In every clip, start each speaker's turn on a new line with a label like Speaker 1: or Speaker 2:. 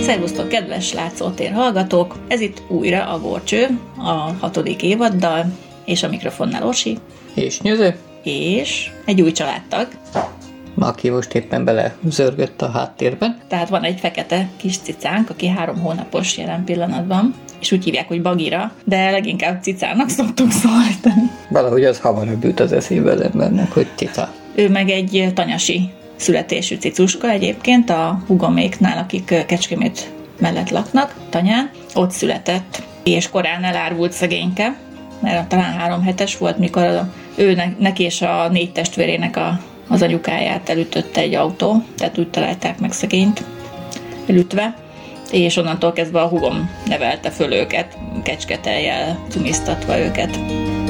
Speaker 1: Szervusztok, kedves Látszótér hallgatók! Ez itt újra a Górcső, a 6. évaddal, és a mikrofonnál Orsi.
Speaker 2: És Nyőző.
Speaker 1: És egy új családtag.
Speaker 2: Aki most éppen bele zörgött a háttérben.
Speaker 1: Tehát van egy fekete kis cicánk, aki 3 hónapos jelen pillanatban, és úgy hívják, hogy Bagira, de leginkább cicának szoktuk szólítani.
Speaker 2: Valahogy az hamarabb jut az eszébe az embernek, hogy cica.
Speaker 1: Ő meg egy tanyasi születésű cicuska egyébként, a hugoméknál, akik Kecskemét mellett laknak, Tanyán. Ott született, és korán elárvult szegényke, mert talán 3 hetes volt, mikor neki és a 4 testvérének az anyukáját elütötte egy autó, tehát úgy találták meg szegényt elütve, és onnantól kezdve a hugom nevelte föl őket, kecsketejjel cumisztatva őket.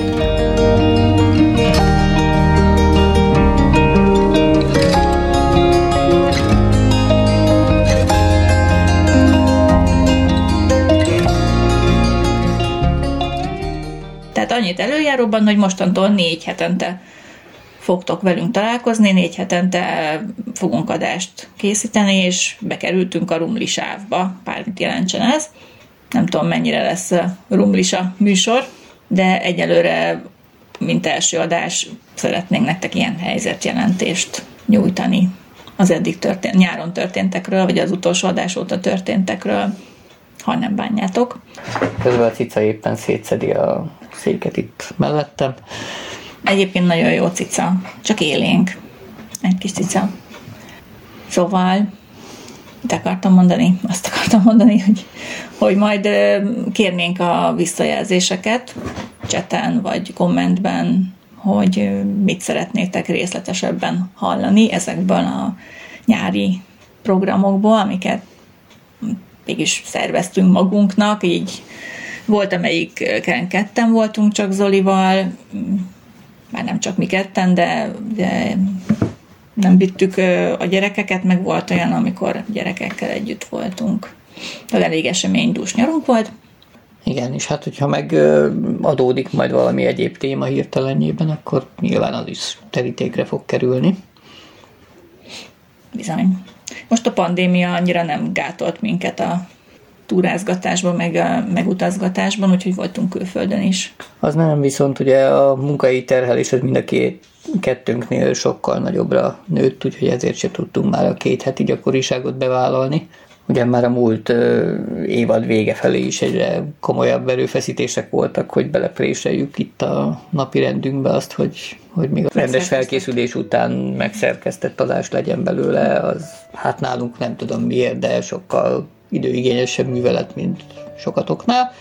Speaker 1: Tehát annyit előjáróban, hogy mostantól 4 hetente fogtok velünk találkozni, 4 hetente fogunk adást készíteni, és bekerültünk a rumlisávba, bármit jelentsen ez. Nem tudom, mennyire lesz rumlisa műsor, de egyelőre, mint első adás, szeretnénk nektek ilyen helyzetjelentést nyújtani az eddig nyáron történtekről, vagy az utolsó adás óta történtekről, ha nem bánjátok.
Speaker 2: Közben a cica éppen szétszedi a széket itt mellettem.
Speaker 1: Egyébként nagyon jó cica, csak élénk. Egy kis cica. Szóval, mit akartam mondani? Azt akartam mondani, hogy majd kérnénk a visszajelzéseket chaten vagy kommentben, hogy mit szeretnétek részletesebben hallani ezekből a nyári programokból, amiket mégis szerveztünk magunknak, így volt, amelyiken ketten voltunk csak Zolival, már nem csak mi ketten, de nem vittük a gyerekeket, meg volt olyan, amikor gyerekekkel együtt voltunk. De elég eseménydús nyarunk volt.
Speaker 2: Igen, és hát hogyha meg adódik majd valami egyéb téma hirtelenjében, akkor nyilván az is terítékre fog kerülni.
Speaker 1: Bizony. Most a pandémia annyira nem gátolt minket a túrázgatásban, meg utazgatásban, úgyhogy voltunk külföldön is.
Speaker 2: Az nem, viszont ugye a munkai terhelés az mind a kettőnknél sokkal nagyobbra nőtt, úgyhogy ezért se tudtunk már a 2 heti gyakoriságot bevállalni. Ugye már a múlt évad vége felé is egyre komolyabb erőfeszítések voltak, hogy belepréseljük itt a napi rendünkbe azt, hogy még a rendes felkészülés után megszerkesztett adás legyen belőle, az hát nálunk nem tudom miért, de sokkal időigényesebb művelet, mint sokatoknál.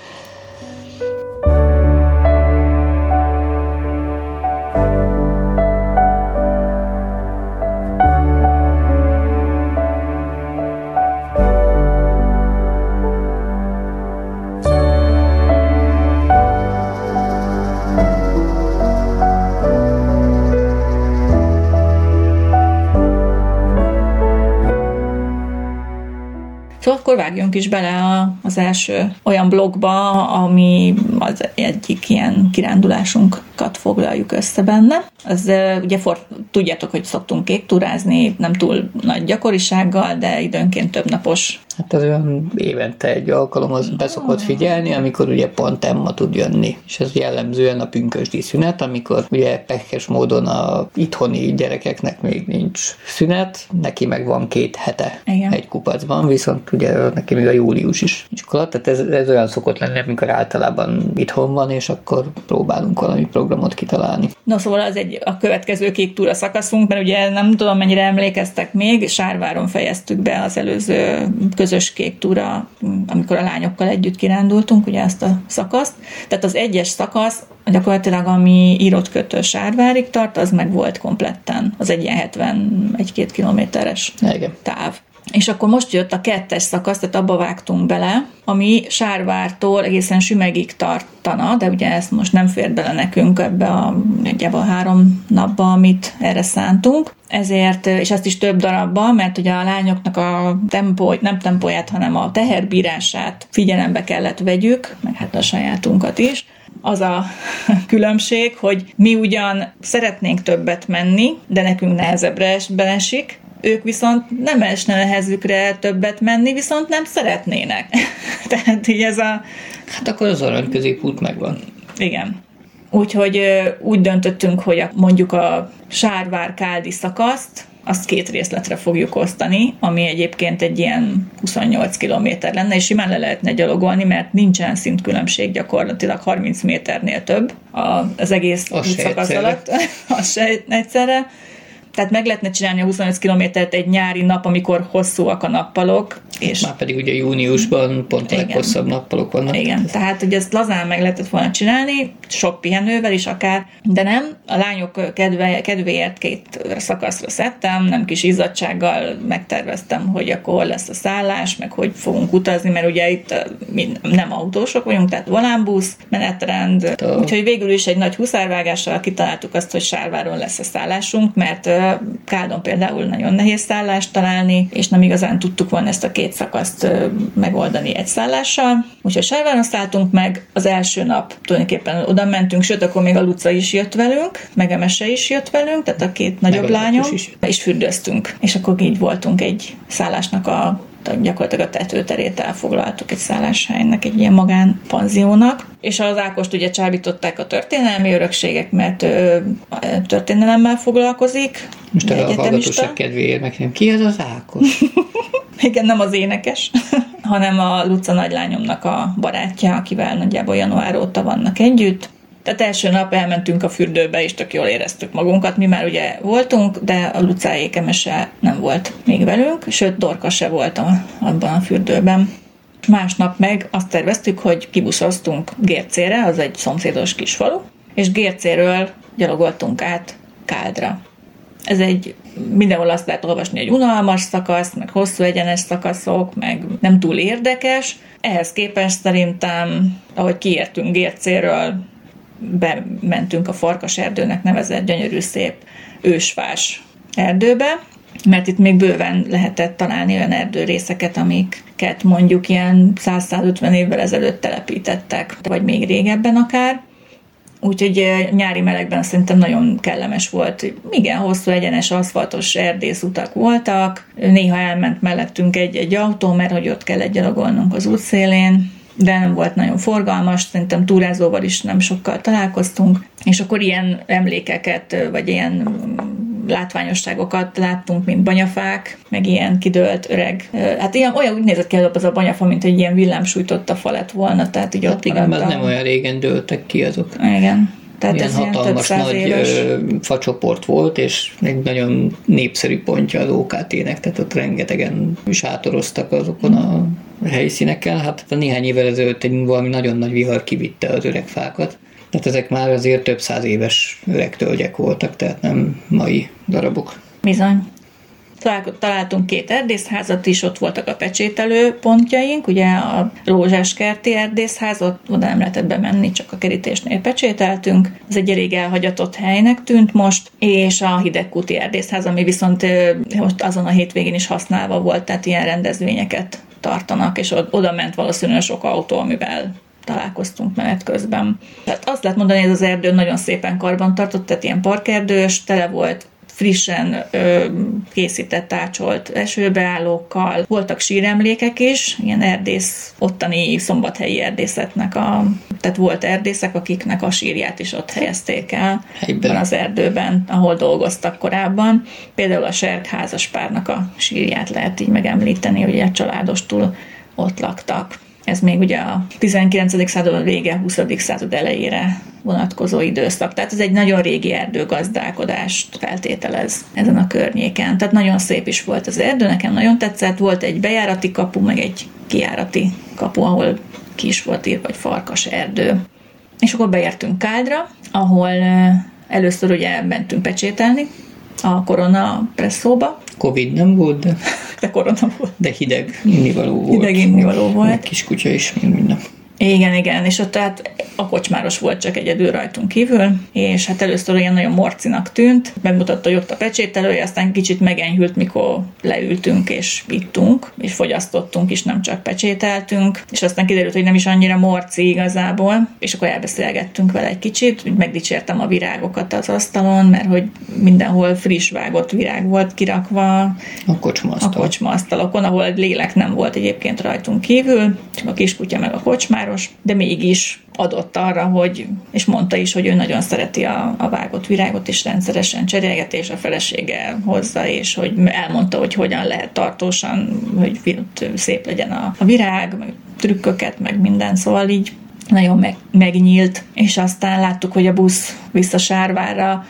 Speaker 1: Szóval akkor vágjunk is bele az első olyan blogba, ami az egyik ilyen kirándulásunkat foglaljuk össze benne. Az ugye tudjátok, hogy szoktunk kéktúrázni, nem túl nagy gyakorisággal, de időnként több napos.
Speaker 2: Hát az olyan évente egy alkalom, az beszokott figyelni, amikor ugye pont Emma tud jönni. És ez jellemzően a pünkösdi szünet, amikor ugye pekes módon a itthoni gyerekeknek még nincs szünet, neki meg van 2 hete. Igen. Egy kupacban, viszont ugye neki még a július is iskola, tehát ez olyan szokott lenni, amikor általában itthon van, és akkor próbálunk valami programot kitalálni.
Speaker 1: No, szóval az a következő kéktúra szakaszunk, mert ugye nem tudom, mennyire emlékeztek még, Sárváron fejeztük be az előző közös kéktúra, amikor a lányokkal együtt kirándultunk, ugye ezt a szakaszt. Tehát az 1-es szakasz, gyakorlatilag ami írott kötő Sárvárig tart, az meg volt kompletten. Az egy ilyen 71-2 kilométeres táv. És akkor most jött a 2-es szakasz, tehát abba vágtunk bele, ami Sárvártól egészen Sümegig tartana, de ugye ezt most nem fér bele nekünk ebbe a nagyjából 3 napba, amit erre szántunk. Ezért, és ezt is több darabba, mert ugye a lányoknak a nem tempóját, hanem a teherbírását figyelembe kellett vegyük, meg hát a sajátunkat is. Az a különbség, hogy mi ugyan szeretnénk többet menni, de nekünk nehezebbre esik, Ők viszont nem esne nehezükre többet menni, viszont nem szeretnének. Tehát így ez a...
Speaker 2: Hát akkor az arany középút megvan.
Speaker 1: Igen. Úgyhogy úgy döntöttünk, hogy mondjuk a Sárvár-Káldi szakaszt, azt 2 részletre fogjuk osztani, ami egyébként egy ilyen 28 kilométer lenne, és simán le lehetne gyalogolni, mert nincsen szintkülönbség, gyakorlatilag 30 méternél több az egész útszakasz alatt. Az se egyszerre. Tehát meg lehetne csinálni a 28 kilométert egy nyári nap, amikor hosszúak a nappalok. És
Speaker 2: már pedig ugye júniusban pont a leghosszabb nappalok vannak.
Speaker 1: Igen, tehát ugye ezt lazán meg lehetett volna csinálni, sok pihenővel is akár, de nem. A lányok kedvéért 2 szakaszra szedtem, nem kis izzadtsággal megterveztem, hogy akkor hol lesz a szállás, meg hogy fogunk utazni, mert ugye itt nem autósok vagyunk, tehát volánbusz, menetrend. Úgyhogy végül is egy nagy huszárvágással kitaláltuk azt, hogy Sárváron lesz a szállásunk, mert Káldon például nagyon nehéz szállást találni, és nem igazán tudtuk volna ezt a 2 szakaszt megoldani egy szállással. Úgyhogy Sárváron szálltunk meg, az első nap tulajdonképpen oda mentünk, sőt, akkor még a Luca is jött velünk, meg Emese is jött velünk, tehát a 2 nagyobb lányom, és fürdőztünk. És akkor így voltunk egy szállásnak gyakorlatilag a tetőterét elfoglaltuk egy szálláshelynek, egy ilyen magánpanziónak. És az Ákost ugye csábították a történelmi örökségek, mert történelemmel foglalkozik.
Speaker 2: Most a hallgatóság kedvéért meg ki az Ákos?
Speaker 1: Igen, nem az énekes, hanem a Luca nagylányomnak a barátja, akivel nagyjából január óta vannak együtt. Tehát első nap elmentünk a fürdőbe, és tök jól éreztük magunkat. Mi már ugye voltunk, de a Lucáék Emese nem volt még velünk, sőt Dorka se volt abban a fürdőben. Másnap meg azt terveztük, hogy kibuszoztunk Gércére, az egy szomszédos kisfalu, és Gércéről gyalogoltunk át Káldra. Ez mindenhol azt lehet olvasni, egy unalmas szakasz, meg hosszú egyenes szakaszok, meg nem túl érdekes. Ehhez képest szerintem, ahogy kiértünk Gércéről, bementünk a Farkaserdőnek nevezett gyönyörű szép ősfás erdőbe, mert itt még bőven lehetett találni olyan erdőrészeket, amiket mondjuk ilyen 100-150 évvel ezelőtt telepítettek, vagy még régebben akár. Úgyhogy nyári melegben szerintem nagyon kellemes volt. Igen, hosszú egyenes aszfaltos erdészutak voltak, néha elment mellettünk egy autó, mert hogy ott kellett gyalogolnunk az útszélén, de nem volt nagyon forgalmas, szerintem túrázóval is nem sokkal találkoztunk, és akkor ilyen emlékeket, vagy ilyen látványosságokat láttunk, mint banyafák, meg ilyen kidőlt öreg. Hát olyan úgy nézett ki az a banyafa, mint egy ilyen villámsújtott a fa lett volna, tehát így ott
Speaker 2: igen, mert nem olyan régen dőltek ki azok.
Speaker 1: Igen. Tehát
Speaker 2: ilyen
Speaker 1: ez
Speaker 2: hatalmas nagy facsoport volt, és egy nagyon népszerű pontja az OKT-nek, tehát ott rengetegen sátoroztak azokon a helyszíneken. Hát a néhány évvel ezelőtt egy valami nagyon nagy vihar kivitte az öreg fákat. Tehát ezek már azért több 100 éves öreg tölgyek voltak, tehát nem mai darabok.
Speaker 1: Bizony. Találtunk 2 erdészházat is, ott voltak a pecsételő pontjaink, ugye a Rózsáskerti erdészház, oda nem lehetett bemenni, csak a kerítésnél pecsételtünk. Ez egy elég elhagyatott helynek tűnt most, és a Hidegkúti erdészház, ami viszont most azon a hétvégén is használva volt, tehát ilyen rendezvényeket tartanak, és oda ment valószínűleg sok autó, amivel találkoztunk menet közben. Tehát azt lehet mondani, hogy ez az erdő nagyon szépen karbantartott, tehát ilyen parkerdős, tele volt frissen készített, ácsolt esőbeállókkal. Voltak síremlékek is, ilyen ottani szombathelyi erdészetnek tehát volt erdészek, akiknek a sírját is ott helyezték el ebben az erdőben, ahol dolgoztak korábban. Például a Serk házaspárnak a sírját lehet így megemlíteni, hogy a családostul ott laktak. Ez még ugye a 19. század vége, 20. század elejére vonatkozó időszak. Tehát ez egy nagyon régi erdőgazdálkodást feltételez ezen a környéken. Tehát nagyon szép is volt az erdő, nekem nagyon tetszett. Volt egy bejárati kapu, meg egy kijárati kapu, ahol ki is volt írva, vagy Farkas erdő. És akkor beértünk Káldra, ahol először ugye mentünk pecsételni a Korona presszóba.
Speaker 2: Covid nem volt,
Speaker 1: de korona volt.
Speaker 2: De hideg innivaló volt.
Speaker 1: Hideg innivaló volt.
Speaker 2: Meg kiskutya is, minden.
Speaker 1: Igen, és ott tehát a kocsmáros volt csak egyedül rajtunk kívül, és hát először olyan nagyon morcinak tűnt, megmutatta, hogy ott a pecsételője, aztán kicsit megenyhült, mikor leültünk és ittunk, és fogyasztottunk is, nem csak pecsételtünk, és aztán kiderült, hogy nem is annyira morci igazából, és akkor elbeszélgettünk vele egy kicsit, úgy megdicsértem a virágokat az asztalon, mert hogy mindenhol friss vágott virág volt kirakva
Speaker 2: a kocsmaasztalokon,
Speaker 1: ahol egy lélek nem volt egyébként rajtunk kívül, csak a kiskutya meg a kocsmáros, de mégis adott arra, hogy, és mondta is, hogy ő nagyon szereti a vágott virágot, és rendszeresen cserélgeti, és a felesége hozza, és hogy elmondta, hogy hogyan lehet tartósan, hogy szép legyen a virág, meg trükköket, meg minden, szóval így nagyon megnyílt, és aztán láttuk, hogy a busz vissza Sárvárra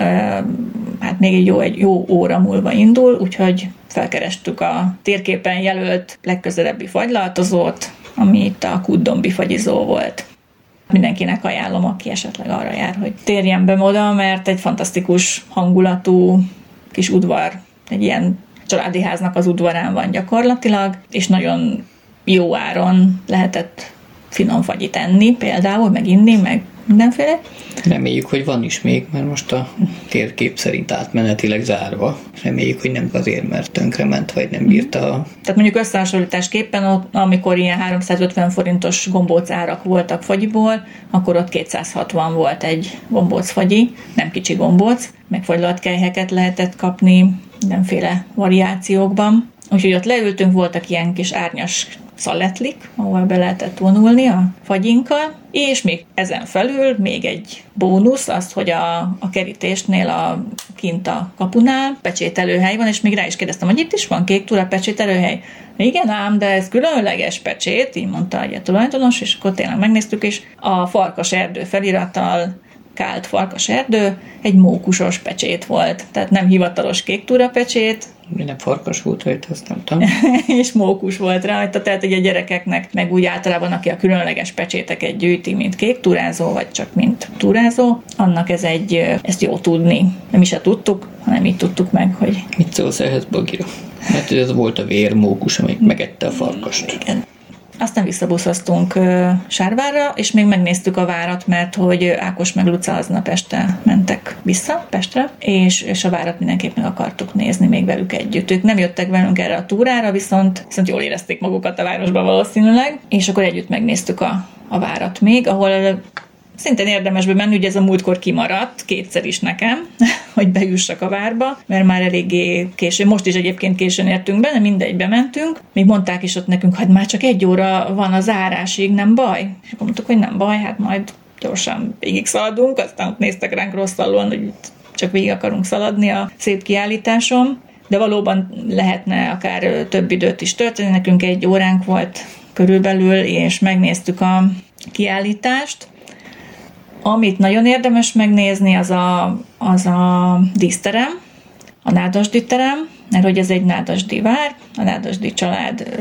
Speaker 1: hát még egy jó óra múlva indul, úgyhogy felkerestük a térképen jelölt legközelebbi fagylaltozót, ami itt a Kútdombi fagyizó volt. Mindenkinek ajánlom, aki esetleg arra jár, hogy térjen be oda, mert egy fantasztikus hangulatú kis udvar, egy ilyen családi háznak az udvarán van gyakorlatilag, és nagyon jó áron lehetett finom fagyit enni például, meg inni, meg mindenféle.
Speaker 2: Reméljük, hogy van is még, mert most a térkép szerint átmenetileg zárva. Reméljük, hogy nem azért, mert tönkrement, vagy nem bírta.
Speaker 1: Tehát mondjuk összehasonlításképpen, amikor ilyen 350 forintos gombóc árak voltak fagyiból, akkor ott 260 volt egy gombóc fagyi, nem kicsi gombóc, meg fagylaltkelyheket lehetett kapni mindenféle variációkban. Úgyhogy ott leültünk, voltak ilyen kis árnyas szaletlik, ahol be lehetett vonulni a fagyinkkal, és még ezen felül még egy bónusz, az, hogy a kerítésnél kint a kapunál pecsételőhely van, és még rá is kérdeztem, hogy itt is van kék túra pecsételőhely. Igen ám, de ez különleges pecsét, így mondta a tulajdonos, és akkor tényleg megnéztük, és a farkas erdő felirattal kált farkas erdő, egy mókusos pecsét volt, tehát nem hivatalos kék túra pecsét.
Speaker 2: Minden farkas volt rajta, azt nem tudom.
Speaker 1: És mókus volt rajta, tehát ugye a gyerekeknek, meg úgy általában, aki a különleges pecséteket gyűjti, mint kék túrázó, vagy csak mint túrázó, annak ezt jó tudni. Nem is tudtuk, hanem így tudtuk meg, hogy...
Speaker 2: Mit szólsz ehhez, Bagira? Hát ez volt a vérmókus, amelyik megette a farkast.
Speaker 1: Igen. Aztán visszabuszoztunk Sárvárra, és még megnéztük a várat, mert hogy Ákos meg Luca aznap este mentek vissza Pestre, és a várat mindenképp meg akartuk nézni még velük együtt. Ők nem jöttek velünk erre a túrára, viszont jól érezték magukat a városban valószínűleg, és akkor együtt megnéztük a várat még, ahol szintén érdemes bemenni, ugye ez a múltkor kimaradt, kétszer is nekem, hogy bejussak a várba, mert már eléggé későn, most is egyébként későn értünk be, de mindegy, bementünk. Még mondták is ott nekünk, hogy már csak 1 óra van a zárásig, nem baj? És akkor mondtuk, hogy nem baj, hát majd gyorsan végig szaladunk, aztán ott néztek ránk rosszallóan, hogy csak végig akarunk szaladni a szép kiállításon, de valóban lehetne akár több időt is tölteni, nekünk 1 óránk volt körülbelül, és megnéztük a kiállítást. Amit nagyon érdemes megnézni, az a díszterem, a nádasdi terem, mert hogy ez egy nádasdi vár, a nádasdi család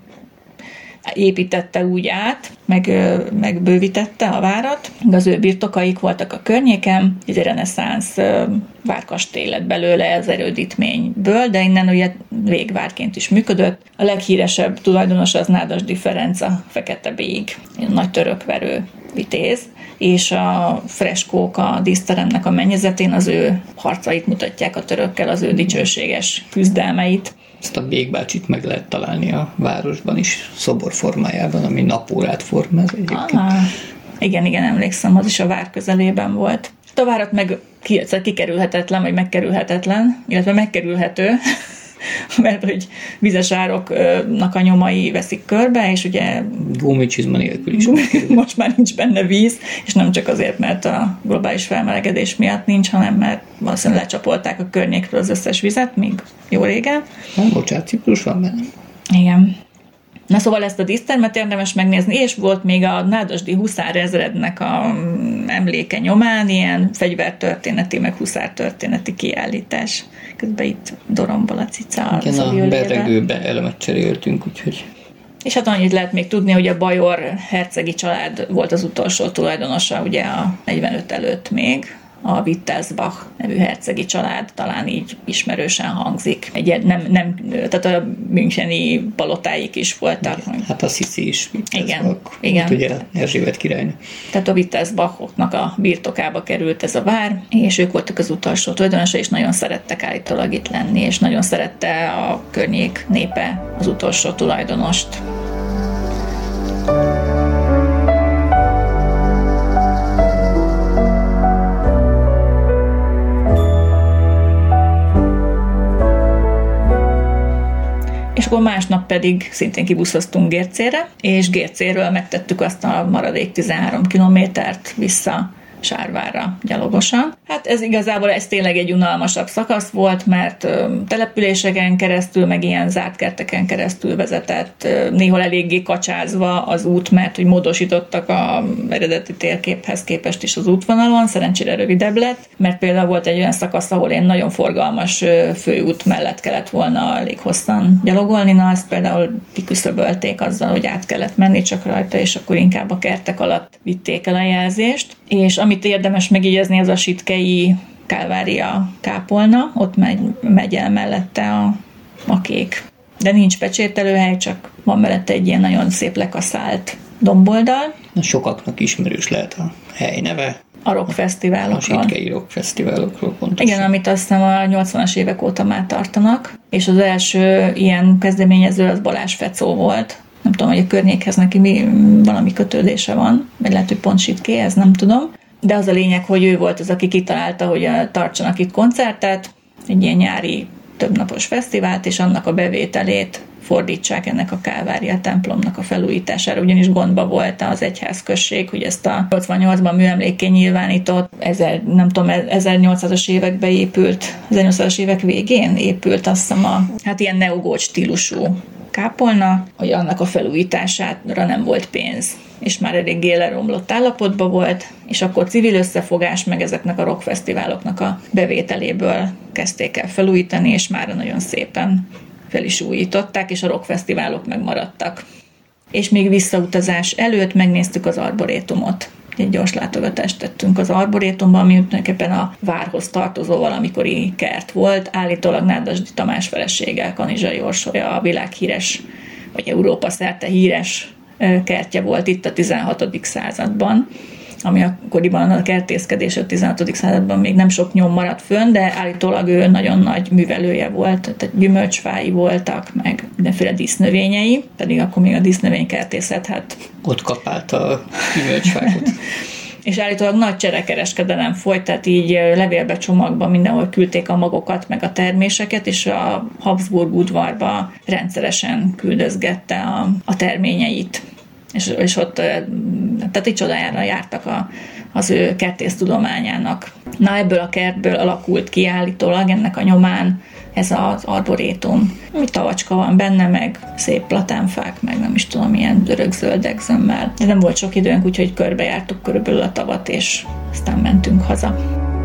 Speaker 1: építette úgy át, meg bővítette a várat. Az ő birtokaik voltak a környéken, ez egy reneszánsz várkastély lett belőle az erődítményből, de innen ugye végvárként is működött. A leghíresebb tulajdonos az Nádasdy Ferenc, a Fekete Bég, nagy törökverő vitéz, és a freskók a díszteremnek a mennyezetén az ő harcait mutatják a törökkel, az ő dicsőséges küzdelmeit.
Speaker 2: Ezt a Bég bácsit meg lehet találni a városban is, szobor formájában, ami napórát formáz egyébként.
Speaker 1: Igen, emlékszem, az is a vár közelében volt. A várat meg kikerülhetetlen, vagy megkerülhetetlen, illetve megkerülhető, mert hogy vizes ároknak a nyomai veszik körbe, és ugye
Speaker 2: gumicsizma nélkül is
Speaker 1: most már nincs benne víz, és nem csak azért, mert a globális felmelegedés miatt nincs, hanem mert valószínűleg lecsapolták a környékről az összes vizet, még jó régen.
Speaker 2: Bocsánat, Ciprus van benne.
Speaker 1: Igen. Na szóval ezt a dísztermet érdemes megnézni, és volt még a nádasdi huszárezrednek a emléke nyomán ilyen fegyvertörténeti, meg huszártörténeti kiállítás. Közben itt dorombol a cica.
Speaker 2: Igen, a beregőbe elemet cseréltünk, úgyhogy...
Speaker 1: És hát annyit lehet még tudni, hogy a Bajor hercegi család volt az utolsó tulajdonosa, ugye a 45 előtt még a Wittelsbach nevű hercegi család, talán így ismerősen hangzik. Tehát a müncheni palotáik is voltak.
Speaker 2: Igen, hát a Sissi is
Speaker 1: igen.
Speaker 2: Ugye Erzsébet királynő.
Speaker 1: Tehát a Wittelsbachoknak a birtokába került ez a vár, és ők voltak az utolsó tulajdonosa, és nagyon szerettek állítólag itt lenni, és nagyon szerette a környék népe az utolsó tulajdonost. És akkor másnap pedig szintén kibuszoztunk Gércére, és Gércéről megtettük azt a maradék 13 kilométert vissza Sárvárra gyalogosan. Hát ez tényleg egy unalmasabb szakasz volt, mert településeken keresztül, meg ilyen zárt kerteken keresztül vezetett, néhol eléggé kacsázva az út, mert hogy módosítottak az eredeti térképhez képest is az útvonalon, szerencsére rövidebb lett, mert például volt egy olyan szakasz, ahol én nagyon forgalmas főút mellett kellett volna elég hosszan gyalogolni, na azt például kiküszöbölték azzal, hogy át kellett menni csak rajta, és akkor inkább a kertek alatt vitték el a jelzést. És amit érdemes megjegyezni, az a Sitkei Kálvária kápolna, ott megy el mellette a kék. De nincs pecsételőhely, csak van mellette egy ilyen nagyon szép lekaszált domboldal.
Speaker 2: Sokaknak ismerős lehet a hely neve.
Speaker 1: A rockfesztiválokról.
Speaker 2: A Sitkei rockfesztiválokról pontosan.
Speaker 1: Igen, amit azt hiszem a 80-as évek óta már tartanak, és az első ilyen kezdeményező az Balázs Fecó volt. Nem tudom, hogy a környékhez neki valami kötődése van, vagy lehet, hogy pont Sitkéhez, nem tudom. De az a lényeg, hogy ő volt az, aki kitalálta, hogy tartsanak itt koncertet, egy ilyen nyári többnapos fesztivált, és annak a bevételét fordítsák ennek a Kálvária templomnak a felújítására, ugyanis gondba volt az egyházközség, hogy ezt a 88-ban műemlékké nyilvánított, 1800-as években épült, 1800-as évek végén épült, azt hiszem ilyen neogót stílusú kápolna, hogy annak a felújítására nem volt pénz, és már eléggé leromlott állapotban volt, és akkor civil összefogás, meg ezeknek a rockfesztiváloknak a bevételéből kezdték el felújítani, és már nagyon szépen fel is újították, és a rockfesztiválok megmaradtak. És még visszautazás előtt megnéztük az arborétumot. Egy gyors látogatást tettünk az arborétumban, ami tulajdonképpen a várhoz tartozó valamikori kert volt. Állítólag Nádasdy Tamás felesége, Kanizsai Orsolya, a világhíres, vagy Európa szerte híres kertje volt itt a 16. században, ami akkoriban a kertészkedés a 16. században még nem sok nyom maradt fönn, de állítólag ő nagyon nagy művelője volt, tehát gyümölcsfái voltak, meg mindenféle dísznövényei, pedig akkor még a dísznövénykertészet
Speaker 2: ott kapált a gyümölcsfákat.
Speaker 1: És állítólag nagy cserekereskedelem folyt, tehát így levélbe csomagban mindenhol küldték a magokat, meg a terméseket, és a Habsburg udvarba rendszeresen küldözgette a terményeit. És ott, tehát így csodájára jártak az ő kertésztudományának. Na, ebből a kertből alakult ki állítólag ennek a nyomán ez az arborétum. Tavacska van benne, meg szép platánfák, meg nem is tudom, ilyen örökzöldek zömmel. De nem volt sok időnk, úgyhogy körbejártuk körülbelül a tavat, és aztán mentünk haza.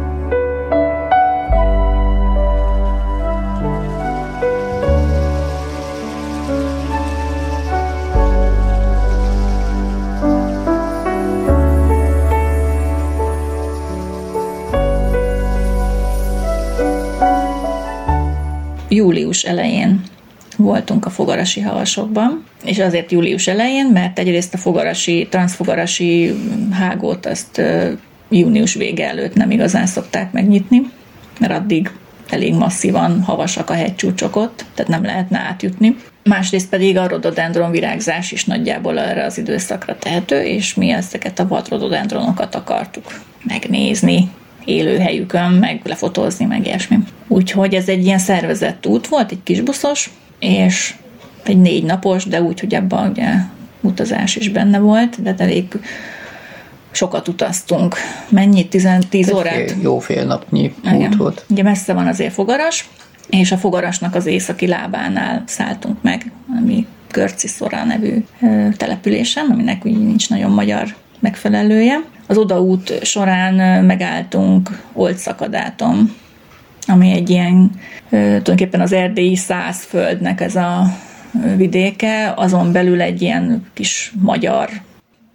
Speaker 1: Július elején voltunk a fogarasi havasokban, és azért július elején, mert egyrészt a transzfogarasi hágót azt június vége előtt nem igazán szokták megnyitni, mert addig elég masszívan havasak a hegycsúcsok ott, tehát nem lehetne átjutni. Másrészt pedig a rododendron virágzás is nagyjából erre az időszakra tehető, és mi ezeket a vadrododendronokat akartuk megnézni élőhelyükön, meg lefotózni, meg ilyesmi. Úgyhogy ez egy ilyen szervezett út volt, egy kisbuszos, és egy 4 napos, de úgy, hogy ebben ugye utazás is benne volt, de elég sokat utaztunk. Mennyi? 10 órát?
Speaker 2: Jó fél napnyi út volt.
Speaker 1: Ugye messze van azért Fogaras, és a Fogarasnak az északi lábánál szálltunk meg, ami Körciszora nevű településen, aminek úgy nincs nagyon magyar megfelelője. Az odaút során megálltunk Old-Szakadáton, ami egy ilyen tulajdonképpen az erdélyi Szászföldnek ez a vidéke, azon belül egy ilyen kis magyar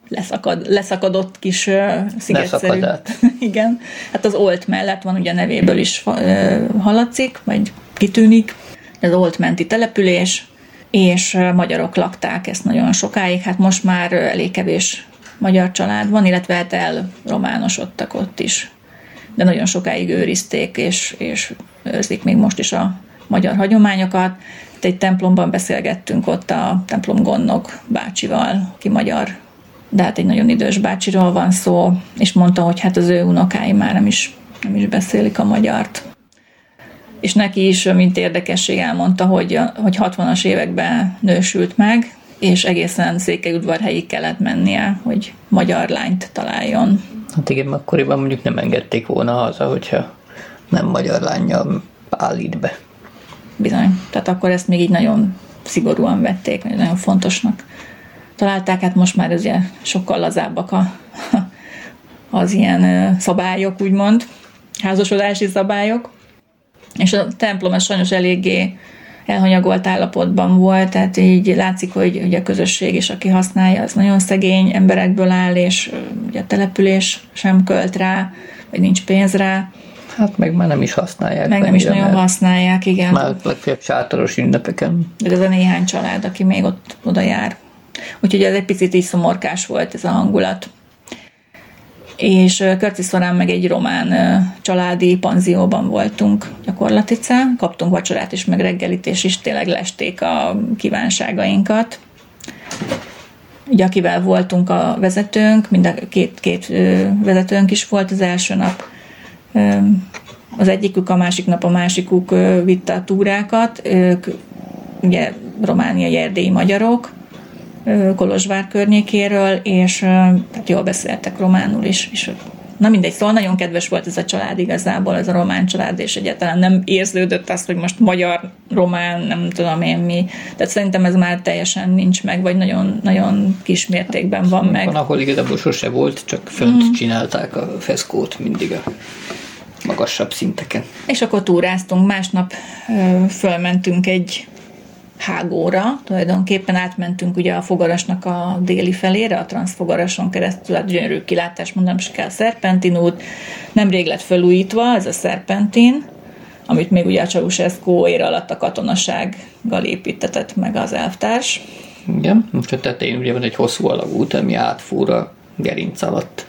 Speaker 1: leszakadott kis szigetszerű. Igen. Hát az Olt mellett van, ugye nevéből is hallatszik, vagy kitűnik. Ez Olt menti település, és magyarok lakták ezt nagyon sokáig. Hát most már elég kevés magyar család van, illetve hát elrománosodtak ott is. De nagyon sokáig őrizték, és őrzik még most is a magyar hagyományokat. Egy templomban beszélgettünk ott a templom gondnok bácsival, ki magyar, de hát egy nagyon idős bácsiról van szó, és mondta, hogy hát az ő unokái már nem is beszélik a magyart. És neki is, mint érdekesség elmondta, hogy 60-as években nősült meg, és egészen Székelyudvarhelyig kellett mennie, hogy magyar lányt találjon.
Speaker 2: Hát igen, akkoriban mondjuk nem engedték volna haza, hogyha nem magyar lánnyal állít be.
Speaker 1: Bizony. Tehát akkor ezt még így nagyon szigorúan vették, nagyon fontosnak találták. Hát most már ugye sokkal lazábbak az ilyen szabályok, úgymond, házasodási szabályok. És a templom ez sajnos eléggé elhanyagolt állapotban volt, tehát így látszik, hogy ugye a közösség is, aki használja, az nagyon szegény emberekből áll, és ugye a település sem költ rá, vagy nincs pénz rá.
Speaker 2: Hát meg már nem is használják.
Speaker 1: Meg nem is nagyon használják, igen.
Speaker 2: Már legfeljebb sátoros ünnepeken.
Speaker 1: De ez a néhány család, aki még ott oda jár. Úgyhogy ez egy picit így szomorkás volt ez a hangulat. És Körciszorán meg egy román családi panzióban voltunk gyakorlatilag. Kaptunk vacsorát is, meg reggelit, és is tényleg lesték a kívánságainkat. Ugye akivel voltunk a vezetőnk, mind a két vezetőnk is volt az első nap. Az egyikük, a másik nap a másikuk vitte a túrákat. Ők ugye romániai, erdélyi magyarok, Kolozsvár környékéről, és tehát jól beszéltek románul is. És, na mindegy, szóval nagyon kedves volt ez a család igazából, ez a román család, és egyáltalán nem érződött az, hogy most magyar, román, nem tudom én mi. Tehát szerintem ez már teljesen nincs meg, vagy nagyon, nagyon kis mértékben van meg.
Speaker 2: Van, ahol igazából sose volt, csak fönt csinálták a feszkót mindig a magasabb szinteken.
Speaker 1: És akkor túráztunk, másnap fölmentünk egy hágóra, tulajdonképpen átmentünk ugye a Fogarasnak a déli felére, a Transzfogarason keresztül, hát gyönyörű kilátás, mondanom se kell, Szerpentin út, nemrég lett felújítva ez a Szerpentin, amit még ugye a Ceausescu ér alatt a katonasággal építetett meg az elvtárs.
Speaker 2: Igen, most a tetején ugye van egy hosszú alagút, ami átfúr a gerinc alatt.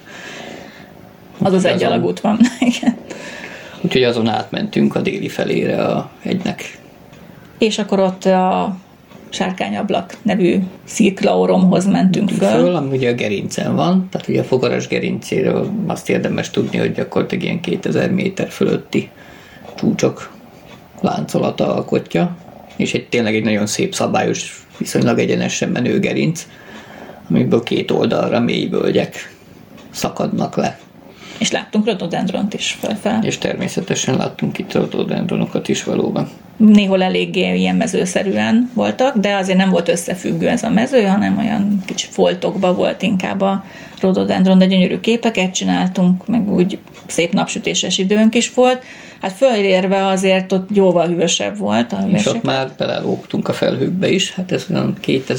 Speaker 1: Az egy alagút van, igen.
Speaker 2: Úgyhogy azon átmentünk a déli felére a hegynek.
Speaker 1: És akkor ott a Sárkányablak nevű sziklaoromhoz mentünk föl.
Speaker 2: Ami ugye a gerincen van, tehát ugye a Fogaras gerincéről azt érdemes tudni, hogy gyakorlatilag ilyen 2000 méter fölötti csúcsok láncolata alkotja, és tényleg egy nagyon szép szabályos, viszonylag egyenesen menő gerinc, amiből két oldalra mély völgyek szakadnak le.
Speaker 1: És láttunk rododendront is fel.
Speaker 2: És természetesen láttunk itt rododendronokat is valóban.
Speaker 1: Néhol eléggé ilyen mezőszerűen voltak, de azért nem volt összefüggő ez a mező, hanem olyan kicsi foltokba volt inkább a rododendron, de gyönyörű képeket csináltunk, meg úgy szép napsütéses időnk is volt. Hát fölérve azért ott jóval hűvösebb volt.
Speaker 2: És ott már belelógtunk a felhőkbe is, hát ez olyan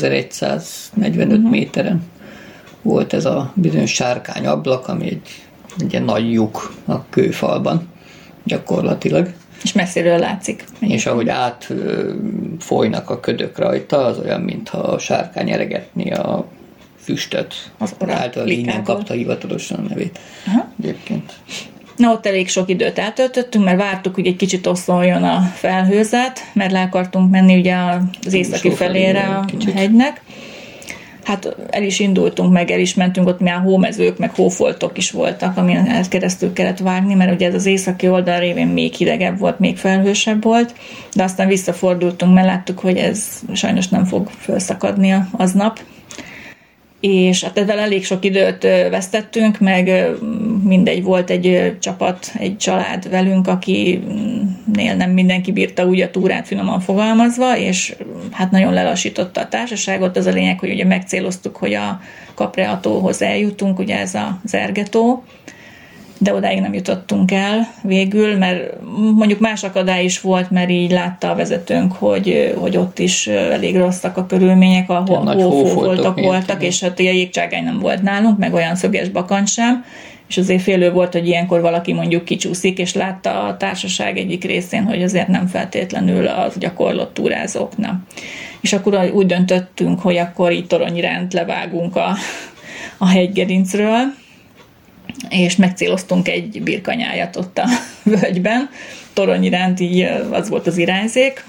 Speaker 2: 2145 méteren volt ez a bizonyos Sárkányablak, ami egy ilyen nagy lyuk a kőfalban gyakorlatilag. És
Speaker 1: messziről látszik.
Speaker 2: És ahogy átfolynak a ködök rajta, az olyan, mintha a sárkány eregetné a füstöt. Az által innen kapta hivatalosan a nevét. Aha. Egyébként.
Speaker 1: Na, ott elég sok időt eltöltöttünk, mert vártuk, hogy egy kicsit oszoljon a felhőzet, mert le akartunk menni ugye az északi felére a hegynek. Hát el is indultunk, meg el is mentünk, ott már hómezők, meg hófoltok is voltak, amin keresztül kellett vágni, mert ugye ez az északi oldal révén még hidegebb volt, még felhősebb volt, de aztán visszafordultunk, mert láttuk, hogy ez sajnos nem fog felszakadni aznap. És hát ezzel elég sok időt vesztettünk, meg mindegy, volt egy csapat, egy család velünk, akinél nem mindenki bírta úgy a túrát, finoman fogalmazva, és hát nagyon lelassította a társaságot. Az a lényeg, hogy ugye megcéloztuk, hogy a Capreatóhoz eljutunk, ugye ez az Ergetó, de odáig nem jutottunk el végül, mert mondjuk más akadály is volt, mert így látta a vezetőnk, hogy ott is elég rosszak a körülmények, ahol hófoltok voltak, és hát a jégcságány nem volt nálunk, meg olyan szöges bakancs sem, és azért félő volt, hogy ilyenkor valaki mondjuk kicsúszik, és látta a társaság egyik részén, hogy azért nem feltétlenül az gyakorlott túrázóknak. És akkor úgy döntöttünk, hogy akkor így toronyiránt levágunk a hegygerincről, és megcéloztunk egy birkanyájat ott a völgyben. Toronyiránt így az volt az irányzék.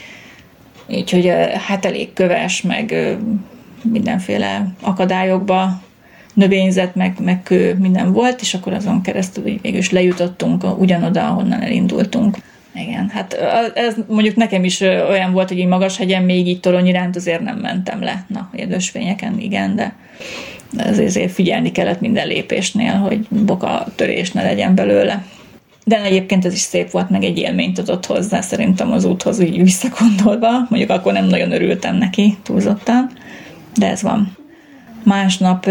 Speaker 1: Úgyhogy hát elég köves, meg mindenféle akadályokba növényzet, meg kő, minden volt, és akkor azon keresztül végül is lejutottunk ugyanoda, ahonnan elindultunk. Igen, hát ez mondjuk nekem is olyan volt, hogy így Magashegyen még így Toronyiránt azért nem mentem le. Na, érdősvényeken igen, de azért figyelni kellett minden lépésnél, hogy boka törés ne legyen belőle. De egyébként ez is szép volt, meg egy élményt adott hozzá szerintem az úthoz így visszakondolva. Mondjuk akkor nem nagyon örültem neki túlzottan, de ez van. Másnap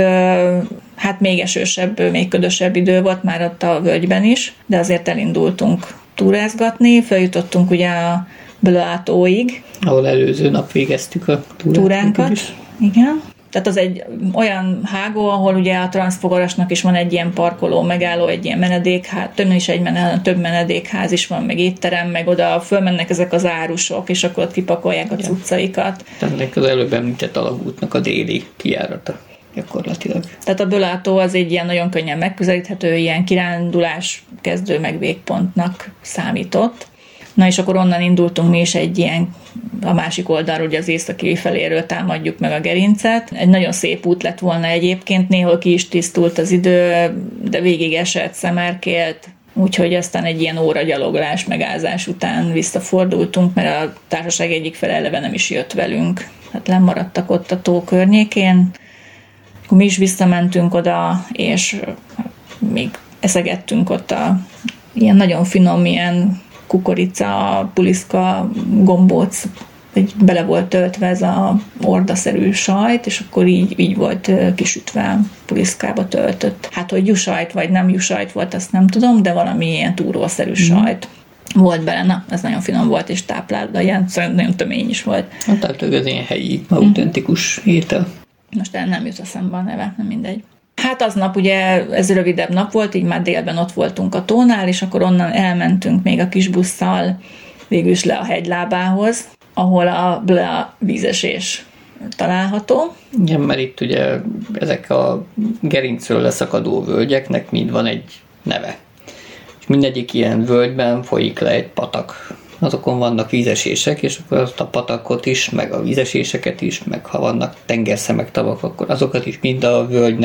Speaker 1: hát még esősebb, még ködösebb idő volt már ott a völgyben is, de azért elindultunk túrázgatni, feljutottunk ugye a Blöatóig.
Speaker 2: Ahol előző nap végeztük a
Speaker 1: túránkat. Igen. Tehát az egy olyan hágó, ahol ugye a Transzfogarasnak is van egy ilyen parkoló megálló, egy ilyen menedékház, több menedékház is van, meg étterem, meg oda fölmennek ezek az árusok, és akkor ott kipakolják a cuccaikat.
Speaker 2: Tehát az előbb említett alagútnak a déli kijárata gyakorlatilag.
Speaker 1: Tehát a Blöató az egy ilyen nagyon könnyen megközelíthető, ilyen kirándulás kezdő meg végpontnak számított. Na és akkor onnan indultunk mi is egy ilyen, a másik oldalról, ugye az északi feléről támadjuk meg a gerincet. Egy nagyon szép út lett volna egyébként, néhol ki is tisztult az idő, de végig esett, szemerkélt, úgyhogy aztán egy ilyen óra gyaloglás, megázás után visszafordultunk, mert a társaság egyik fele eleve nem is jött velünk. Hát lemaradtak ott a tó környékén. Akkor mi is visszamentünk oda, és még eszegettünk ott ilyen nagyon finom, ilyen kukorica, puliszka, gombóc, így bele volt töltve ez a ordaszerű sajt, és akkor így volt kisütve, puliszkába töltött. Hát, hogy juhsajt vagy nem juhsajt volt, azt nem tudom, de valami ilyen túrószerű sajt volt bele. Na, ez nagyon finom volt, és táplált, de ilyen nagyon tömény is volt.
Speaker 2: Tehát ez ilyen helyi, autentikus étel.
Speaker 1: Most nem jut eszembe a neve, nem mindegy. Hát aznap ugye ez rövidebb nap volt, így már délben ott voltunk a tónál, és akkor onnan elmentünk még a kis busszal végül is le a hegylábához, ahol a Blöa vízesés található.
Speaker 2: Igen, mert itt ugye ezek a gerincről leszakadó völgyeknek mind van egy neve. És mindegyik ilyen völgyben folyik le egy patak. Azokon vannak vízesések, és akkor azt a patakot is, meg a vízeséseket is, meg ha vannak tengerszemek, tavak, akkor azokat is mind a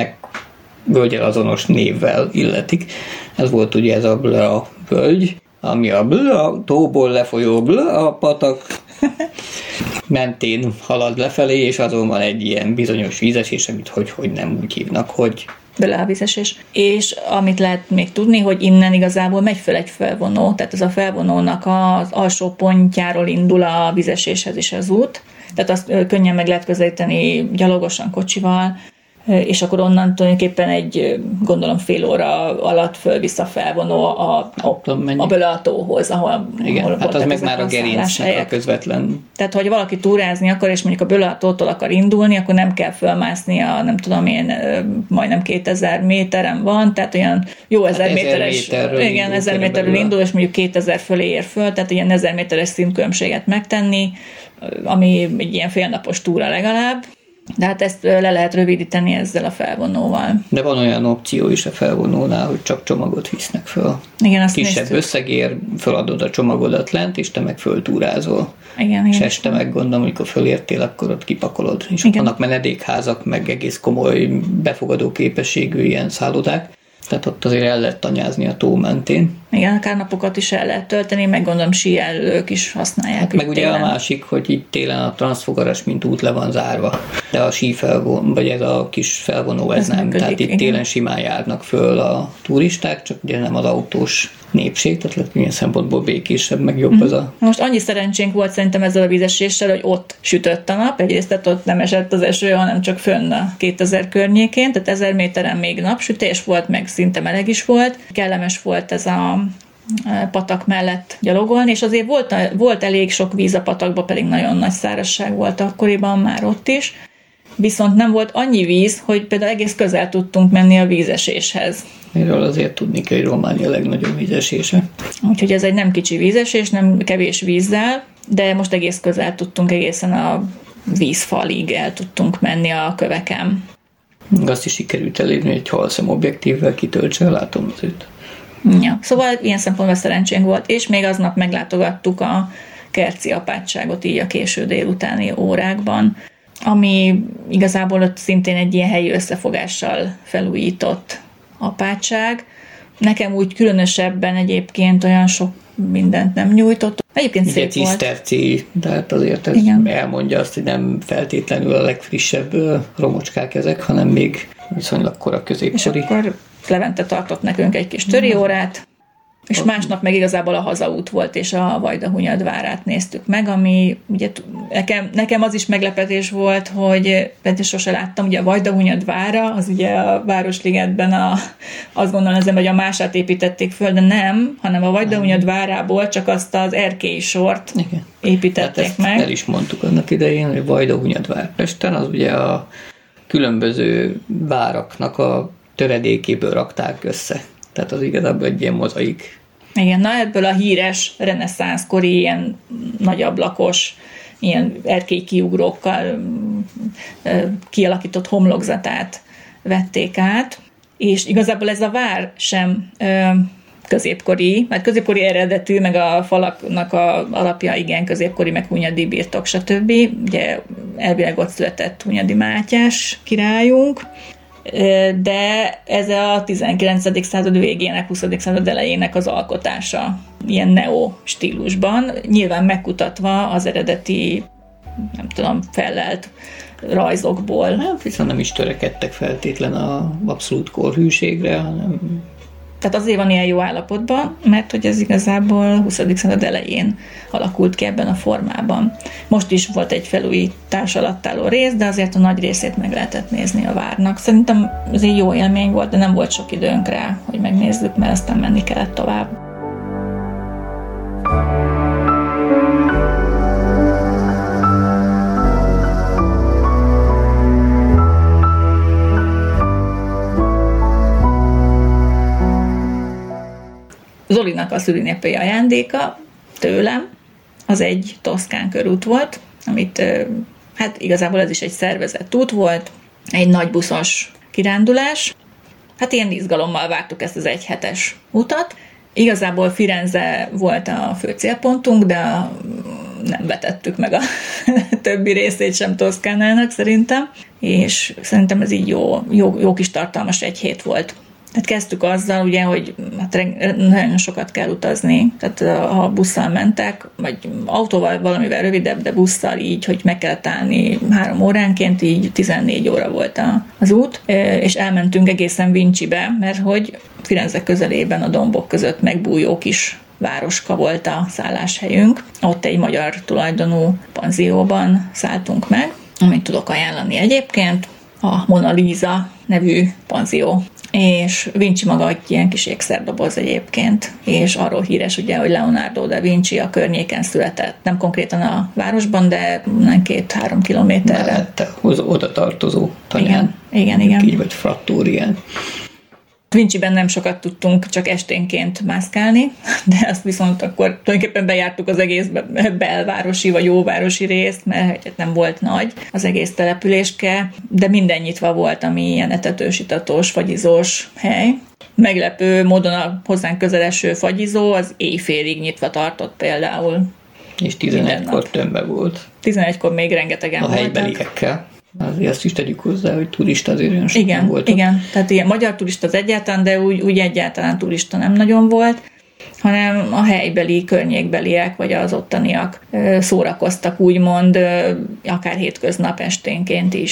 Speaker 2: völgyel azonos névvel illetik. Ez volt ugye ez a Blöa völgy, ami a Blöa tóból lefolyó Blöa patak mentén halad lefelé, és azon van egy ilyen bizonyos vízesés, amit hogy nem úgy hívnak, hogy
Speaker 1: Blöa vízesés. És amit lehet még tudni, hogy innen igazából megy föl egy felvonó, tehát ez a felvonónak az alsó pontjáról indul a vízeséshez is az út, tehát azt könnyen meg lehet közelíteni gyalogosan, kocsival, és akkor onnan tulajdonképpen egy, gondolom fél óra alatt fölvisz a felvonó a Blöatóhoz, ahol
Speaker 2: igen, hát az meg már a gerincnek a közvetlen.
Speaker 1: Tehát, hogy valaki túrázni akar, és mondjuk a Blöatótól akar indulni, akkor nem kell fölmászni a, nem tudom én, majdnem 2000 méteren van, tehát olyan jó 1000 méteres, igen, 1000 méterről indul, és mondjuk 2000 fölé ér föl, tehát ilyen 1000 méteres szintkülönbséget megtenni, ami egy ilyen félnapos túra legalább. De hát ezt le lehet rövidíteni ezzel a felvonóval.
Speaker 2: De van olyan opció is a felvonónál, hogy csak csomagot visznek föl.
Speaker 1: Igen, azt
Speaker 2: kisebb
Speaker 1: néztük.
Speaker 2: Összegér, föladod a csomagodat lent, és te meg föltúrázol.
Speaker 1: Igen,
Speaker 2: és este meg gondolom, amikor fölértél, akkor ott kipakolod. És ott vannak menedékházak, meg egész komoly befogadó képességű ilyen szállodák. Tehát ott azért el lehet tanyázni a tó mentén.
Speaker 1: Igen, akár napokat is el lehet tölteni, meg gondolom síelők is használják.
Speaker 2: Hát meg ugye télen. A másik, hogy itt télen a Transzfogaras mint út le van zárva, de a sífelvonó, vagy ez a kis felvonó ez nem. Működik, tehát itt télen simán járnak föl a turisták, csak ugye nem az autós népség, tehát lett milyen szempontból békésebb, meg jobb az a...
Speaker 1: Most annyi szerencsénk volt szerintem ezzel a vízeséssel, hogy ott sütött a nap, egyrészt tehát ott nem esett az eső, hanem csak fönn a 2000 környékén, tehát 1000 méteren még napsütés volt, meg szinte meleg is volt. Kellemes volt ez a patak mellett gyalogolni, és azért volt elég sok víz a patakba, pedig nagyon nagy szárazság volt akkoriban már ott is. Viszont nem volt annyi víz, hogy például egész közel tudtunk menni a vízeséshez.
Speaker 2: Erről azért tudni kell, hogy Románia legnagyobb vízesése.
Speaker 1: Úgyhogy ez egy nem kicsi vízesés, nem kevés vízzel, de most egész közel tudtunk, egészen a vízfalig el tudtunk menni a köveken.
Speaker 2: Azt is sikerült elérni, hogy egy halszem objektívvel kitöltse a látómezőt.
Speaker 1: Ja. Szóval ilyen szempontból szerencsénk volt, és még aznap meglátogattuk a Kerci apátságot így a késő délutáni órákban, ami igazából ott szintén egy ilyen helyi összefogással felújított apátság. Nekem úgy különösebben egyébként olyan sok mindent nem nyújtott. Egyébként szép volt.
Speaker 2: Ciszterci, de hát azért ez elmondja azt, hogy nem feltétlenül a legfrissebb romocskák ezek, hanem még viszonylag kora középkori.
Speaker 1: És akkor Levente tartott nekünk egy kis töriórát, és másnap meg igazából a hazaút volt, és a Vajdahunyad várát néztük meg, ami ugye nekem az is meglepetés volt, hogy sose láttam, ugye a Vajdahunyad vára, az ugye a Városligetben azt gondolom, hogy a mását építették föl, de nem, hanem a Vajdahunyad várából csak azt az erkélyi sort építették hát meg.
Speaker 2: El is mondtuk annak idején, hogy Vajdahunyad vár Pesten, az ugye a különböző váraknak a töredékéből rakták össze. Tehát az igazából egy ilyen mozaik.
Speaker 1: Igen, na ebből a híres reneszánszkori ilyen nagyablakos, ilyen erkély kiugrókkal kialakított homlokzatát vették át, és igazából ez a vár sem középkori, mert középkori eredetű, meg a falaknak a alapja igen középkori, meg Hunyadi birtok, stb. Ugye elvileg ott született Hunyadi Mátyás királyunk, de ez a 19. század végének, 20. század elejének az alkotása, ilyen neo stílusban, nyilván megkutatva az eredeti, nem tudom, fellelt rajzokból.
Speaker 2: Hát, viszont nem is törekedtek feltétlen a abszolút korhűségre, hanem...
Speaker 1: Tehát azért van ilyen jó állapotban, mert hogy ez igazából 20. század elején alakult ki ebben a formában. Most is volt egy felújítás alatt álló rész, de azért a nagy részét meg lehetett nézni a várnak. Szerintem ez egy jó élmény volt, de nem volt sok időnk rá, hogy megnézzük, mert aztán menni kellett tovább. Zolinak a szülinapi ajándéka tőlem az egy Toszkán körút volt, amit hát igazából ez is egy szervezett út volt, egy nagy buszos kirándulás. Hát ilyen izgalommal vártuk ezt az egyhetes utat. Igazából Firenze volt a fő célpontunk, de nem vetettük meg a többi részét sem Toszkánának szerintem, és szerintem ez így jó kis tartalmas egy hét volt. Hát kezdtük azzal, ugye, hogy hát nagyon sokat kell utazni, tehát ha busszal mentek, vagy autóval valamivel rövidebb, de busszal így, hogy meg kellett állni 3 óránként, így 14 óra volt az út, és elmentünk egészen Vincibe, mert hogy Firenze közelében a dombok között megbújó kis városka volt a szálláshelyünk. Ott egy magyar tulajdonú panzióban szálltunk meg, amit tudok ajánlani egyébként, a Mona Lisa nevű panzió. És Vinci maga egy ilyen kis ékszerdoboz egyébként, és arról híres ugye, hogy Leonardo da Vinci a környéken született, nem konkrétan a városban, de 2-3 kilométerre.
Speaker 2: Mellette, oda tartozó tanyán.
Speaker 1: Igen.
Speaker 2: Így vagy frattórián.
Speaker 1: Vinciben nem sokat tudtunk csak esténként mászkálni, de azt viszont akkor tulajdonképpen bejártuk az egész belvárosi vagy óvárosi részt, mert nem volt nagy az egész településke, de minden nyitva volt, ami ilyen etetős, itatós, fagyizós hely. Meglepő módon a hozzánk közeleső fagyizó az éjfélig nyitva tartott például.
Speaker 2: És 11-kor tömve volt.
Speaker 1: 11-kor még rengetegen voltak.
Speaker 2: A helybeliekkel. Azért azt is tegyük hozzá, hogy turista azért olyan sokan voltak.
Speaker 1: Igen, tehát ilyen magyar turista az egyáltalán, de úgy egyáltalán turista nem nagyon volt, hanem a helybeli, környékbeliek, vagy az ottaniak szórakoztak úgymond, akár hétköznap esténként is.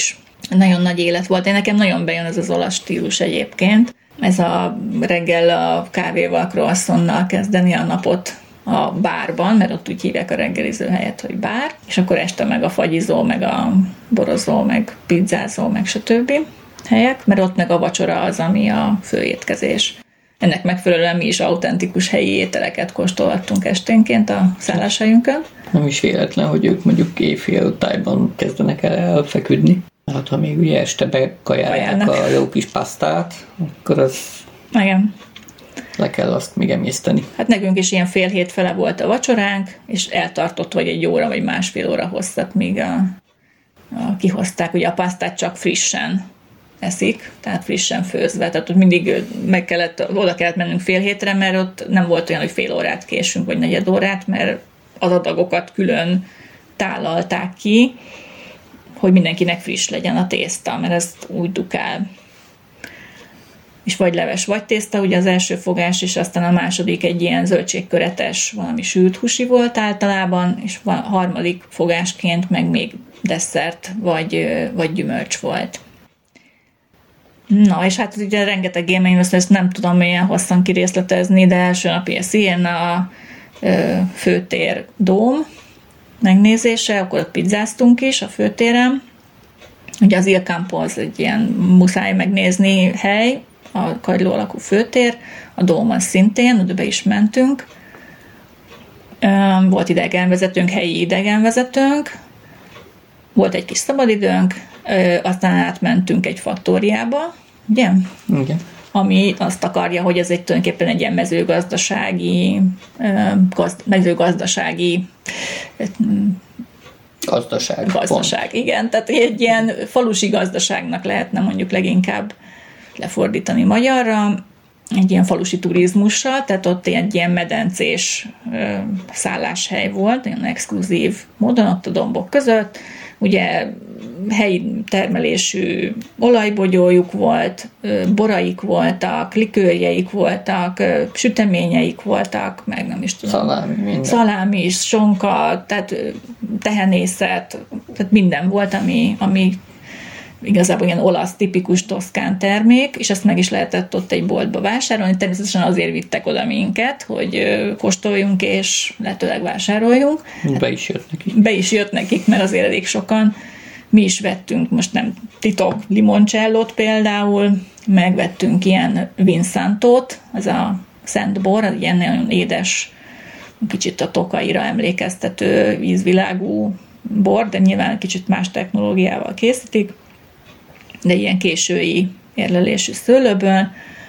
Speaker 1: Nagyon nagy élet volt. Nekem nagyon bejön ez az olasz stílus egyébként. Ez a reggel a kávéval, croissantnal kezdeni a napot a bárban, mert ott úgy hívják a reggeliző helyet, hogy bár, és akkor este meg a fagyizó, meg a borozó, meg pizzázó, meg stb. Helyek, mert ott meg a vacsora az, ami a főétkezés. Ennek megfelelően mi is autentikus helyi ételeket kóstolhattunk esténként a szálláshelyünkön.
Speaker 2: Nem is véletlen, hogy ők mondjuk éjfél tájban kezdenek el elfeküdni. Hát ha még ugye este bekajálják a jó kis pasztát, akkor az...
Speaker 1: Igen.
Speaker 2: Le kell azt még emészteni.
Speaker 1: Hát nekünk is ilyen 6:30 fele volt a vacsoránk, és eltartott vagy 1 óra, vagy 1,5 óra hosszat, míg kihozták. Ugye a pasztát csak frissen eszik, tehát frissen főzve, tehát ott mindig oda kellett mennünk 6:30-re, mert ott nem volt olyan, hogy fél órát késünk, vagy 4 órát, mert az adagokat külön tálalták ki, hogy mindenkinek friss legyen a tészta, mert ezt úgy dukál. És vagy leves, vagy tészta, ugye az első fogás, és aztán a második egy ilyen zöldségköretes, valami sült húsi volt általában, és a harmadik fogásként meg még desszert, vagy gyümölcs volt. Na, és hát ugye rengeteg élmény, ezt nem tudom milyen hosszan kirészletezni, de első napi a Siena, főtér, dóm megnézése, akkor ott pizzáztunk is a főtéren. Ugye az Il Campo az egy ilyen muszáj megnézni hely, a kagyló alakú főtér, a dóm az szintén, oda be is mentünk. Volt idegenvezetőnk, helyi idegenvezetőnk, volt egy kis szabadidőnk, aztán átmentünk egy faktóriába, ugye?
Speaker 2: Igen.
Speaker 1: Ami azt akarja, hogy ez tulajdonképpen egy ilyen mezőgazdasági Gazdaság, igen. Tehát egy ilyen falusi gazdaságnak lehetne mondjuk leginkább lefordítani magyarra, egy ilyen falusi turizmussal, tehát ott egy ilyen medencés szálláshely volt, ilyen exkluzív módon ott a dombok között, ugye helyi termelésű olajbogyójuk volt, boraik voltak, likőrjeik voltak, süteményeik voltak, meg nem is tudom. Szalámi is, sonka, tehát tehenészet, tehát minden volt, ami igazából ilyen olasz, tipikus toszkán termék, és ezt meg is lehetett ott egy boltba vásárolni. Természetesen azért vittek oda minket, hogy kóstoljunk, és lehetőleg vásároljunk. Be is jött nekik, mert azért elég sokan. Mi is vettünk, most nem titok, limoncellót például, megvettünk ilyen Vinsantót, ez a szent bor, az ilyen nagyon édes, kicsit a tokaira emlékeztető ízvilágú bor, de nyilván kicsit más technológiával készítik, de ilyen késői érlelésű szőlőből,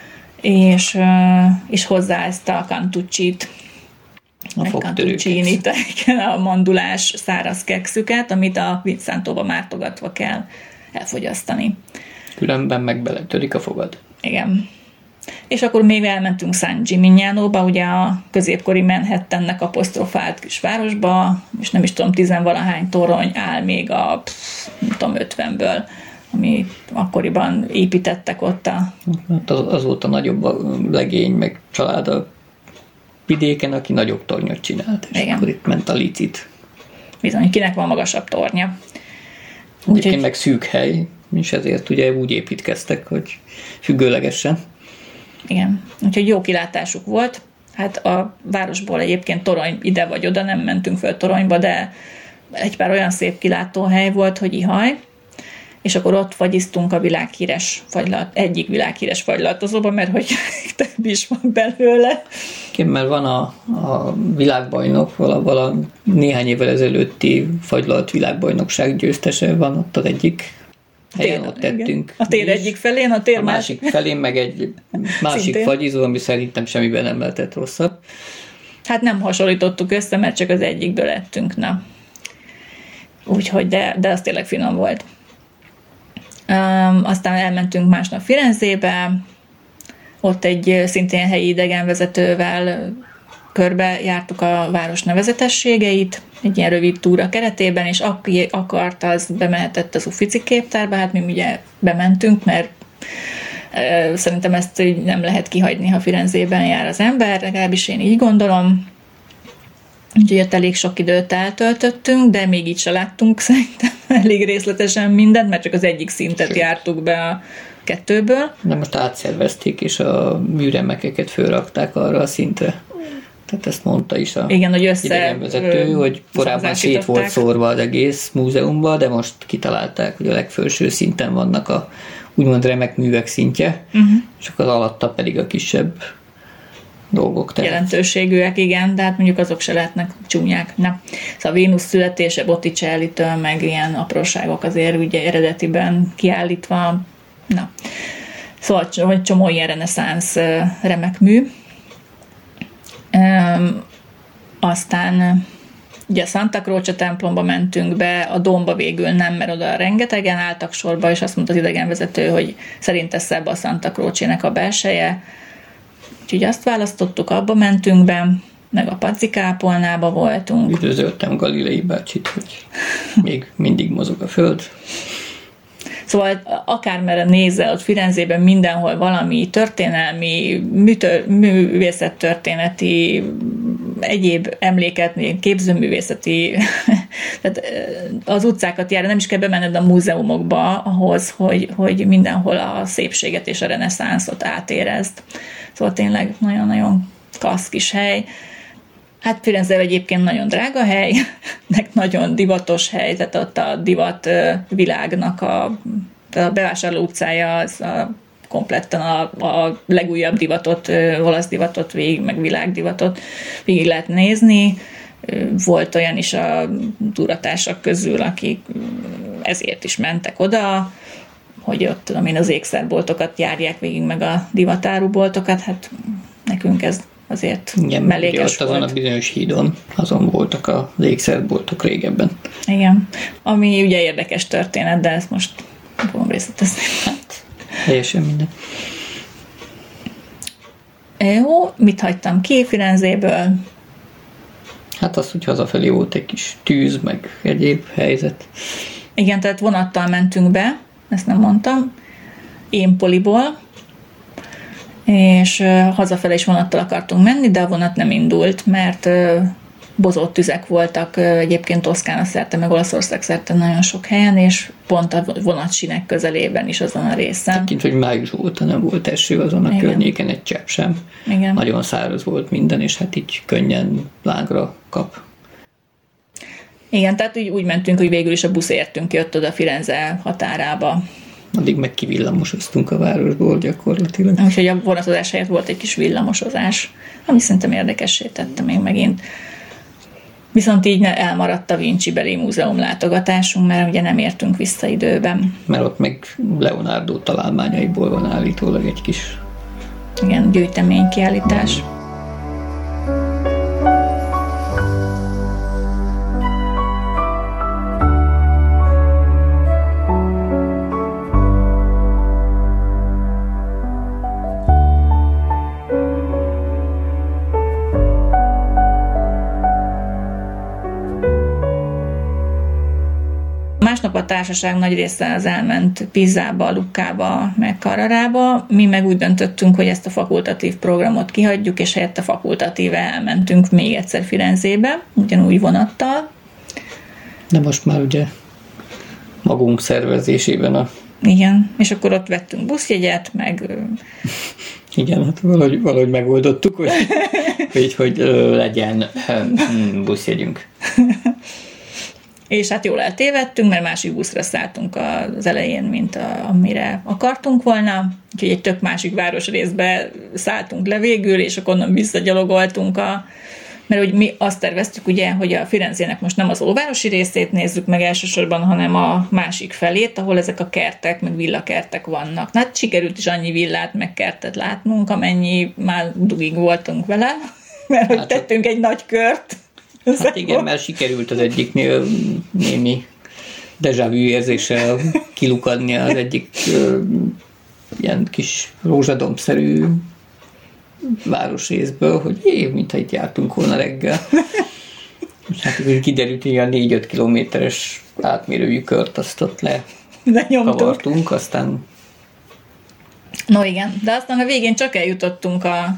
Speaker 1: és hozzá ezt a cantuccit, a cantuccinit, a mandulás száraz kekszüket, amit a Vinsantóba mártogatva kell elfogyasztani.
Speaker 2: Különben meg beletörik a fogad.
Speaker 1: Igen. És akkor még elmentünk San Gimignanoba, ugye a középkori Manhattannek apostrofált kis városba, és nem is tudom, 10-valahány torony áll még a 50-ből, ami akkoriban építettek ott
Speaker 2: az volt a nagyobb legény, meg család a vidéken, aki nagyobb tornyot csinált, és igen. Akkor itt ment a licit.
Speaker 1: Bizony, kinek van magasabb tornya.
Speaker 2: Egyébként meg szűk hely, és ezért ugye úgy építkeztek, hogy függőlegesen.
Speaker 1: Igen, úgyhogy jó kilátásuk volt. Hát a városból egyébként torony ide vagy oda, nem mentünk föl toronyba, de egy pár olyan szép kilátóhely volt, hogy ihaj. És akkor ott fagyiztunk a egyik világhíres fagylaltozóba, mert hogy több is van belőle.
Speaker 2: Igen, mert van a világbajnok, néhány évvel ezelőtti fagylalt világbajnokság győztese van ott az egyik helyen, ott tettünk.
Speaker 1: A tér egyik felén, a tér
Speaker 2: másik felén, meg egy másik fagyizó, ami szerintem semmiben nem lehetett rosszabb.
Speaker 1: Hát nem hasonlítottuk össze, mert csak az egyikből ettünk, na. Úgyhogy, de az tényleg finom volt. Aztán elmentünk másnap Firenzébe, ott egy szintén helyi idegenvezetővel körbe jártuk a város nevezetességeit, egy ilyen rövid túra keretében, és aki akart, az bemehetett az Uffizi képtárba, hát mi ugye bementünk, mert szerintem ezt nem lehet kihagyni, ha Firenzében jár az ember, legalábbis én így gondolom. úgyhogy ott elég sok időt eltöltöttünk, de még így se láttunk szerintem elég részletesen mindent, mert csak az egyik szintet jártuk be a 2-ből.
Speaker 2: De most átszervezték, és a műremekeket fölrakták arra a szintre. Tehát ezt mondta is a idegenvezető, hogy korábban szét volt szórva az egész múzeumban, de most kitalálták, hogy a legfelső szinten vannak a úgymond remek művek szintje, és akkor az alatta pedig a kisebb dolgok. Tehát.
Speaker 1: Jelentőségűek, igen, de hát mondjuk azok se lehetnek csúnyák. Na. Szóval a Vénusz születése Botticelli-től, meg ilyen apróságok azért ugye eredetiben kiállítva. Na. Szóval csomó ilyen reneszánsz remek mű. Aztán ugye a Santa Croce templomba mentünk be, a domba végül nem, mert oda rengetegen álltak sorba, és azt mondta az idegenvezető, hogy szerinte szebb a Santa Croce-nek a belseje. Úgyhogy azt választottuk, abba mentünk be, meg a Pazzikápolnába voltunk.
Speaker 2: Üdvözöltem Galilei bácsit, hogy még mindig mozog a föld.
Speaker 1: Szóval akármerre nézzel, ott Firenzében mindenhol valami történelmi, művészettörténeti, egyéb emléket, képzőművészeti, tehát az utcákat jár, nem is kell bemenned a múzeumokba ahhoz, hogy mindenhol a szépséget és a reneszánszot átérezd. Szóval tényleg nagyon-nagyon klassz kis hely. Hát Firenze egyébként nagyon drága hely, meg nagyon divatos hely, tehát ott a divat világnak a bevásárló utcája az kompletten a legújabb divatot, olasz divatot végig, meg világdivatot végig lehet nézni. Volt olyan is a túratársak közül, akik ezért is mentek oda, hogy ott tudom én az ékszerboltokat járják végig, meg a divatáruboltokat, hát nekünk ez azért mellékes volt.
Speaker 2: Azon a bizonyos hídon, azon voltak az ékszerboltok régebben.
Speaker 1: Igen, ami ugye érdekes történet, de ezt most fogom részletezni.
Speaker 2: Hát, teljesen minden.
Speaker 1: Jó, mit hagytam ki Firenzéből?
Speaker 2: Hát az, hogy hazafelé volt egy kis tűz, meg egyéb helyzet.
Speaker 1: Igen, tehát vonattal mentünk be, ezt nem mondtam, Émpoliból, és hazafele is vonattal akartunk menni, de a vonat nem indult, mert bozott tüzek voltak egyébként Toszkána szerte, meg Olaszország szerte nagyon sok helyen, és pont a vonatsinek közelében is azon a részen.
Speaker 2: Tekint, hogy május óta nem volt eső azon a környéken egy csepp sem.
Speaker 1: Igen.
Speaker 2: Nagyon száraz volt minden, és hát így könnyen lángra kap.
Speaker 1: Igen, tehát úgy mentünk, hogy végül is a busz értünk ki ott oda Firenze határába.
Speaker 2: Addig meg kivillamosoztunk a városból gyakorlatilag.
Speaker 1: Úgyhogy a vonatozás helyett volt egy kis villamosozás, ami szerintem érdekessé tette még megint. Viszont így elmaradt a Vinci-beli múzeum látogatásunk, mert ugye nem értünk vissza időben.
Speaker 2: Mert ott meg Leonardo találmányaiból van állítólag egy kis...
Speaker 1: Igen, gyűjteménykiállítás. Másnap a társaság nagy része az elment Pisába, Luckába, meg Carrarába. Mi meg úgy döntöttünk, hogy ezt a fakultatív programot kihagyjuk, és helyette fakultatíve elmentünk még egyszer Firenzébe, ugyanúgy vonattal.
Speaker 2: De most már ugye magunk szervezésében
Speaker 1: Igen, és akkor ott vettünk buszjegyet, meg...
Speaker 2: Igen, hát valahogy megoldottuk, hogy legyen buszjegyünk.
Speaker 1: És hát jól eltévedtünk, mert másik buszra szálltunk az elején, mint amire akartunk volna. Úgyhogy egy tök másik városrészbe szálltunk le végül, és akkor onnan visszagyalogoltunk mert úgy mi azt terveztük, ugye, hogy a Firenzének most nem az óvárosi részét nézzük meg elsősorban, hanem a másik felét, ahol ezek a kertek, meg villakertek vannak. Na, hát sikerült is annyi villát, meg kertet látnunk, amennyi már dugig voltunk vele, mert hogy tettünk egy nagy kört.
Speaker 2: Hát igen, mert sikerült az egyiknél némi déjà vu érzéssel kilukadni az egyik ilyen kis rózsadombszerű városrészből, hogy mintha itt jártunk volna reggel. És hát kiderült, hogy a 4-5 kilométeres átmérőjű kört azt ott lekavartunk, aztán...
Speaker 1: No igen, de aztán a végén csak eljutottunk a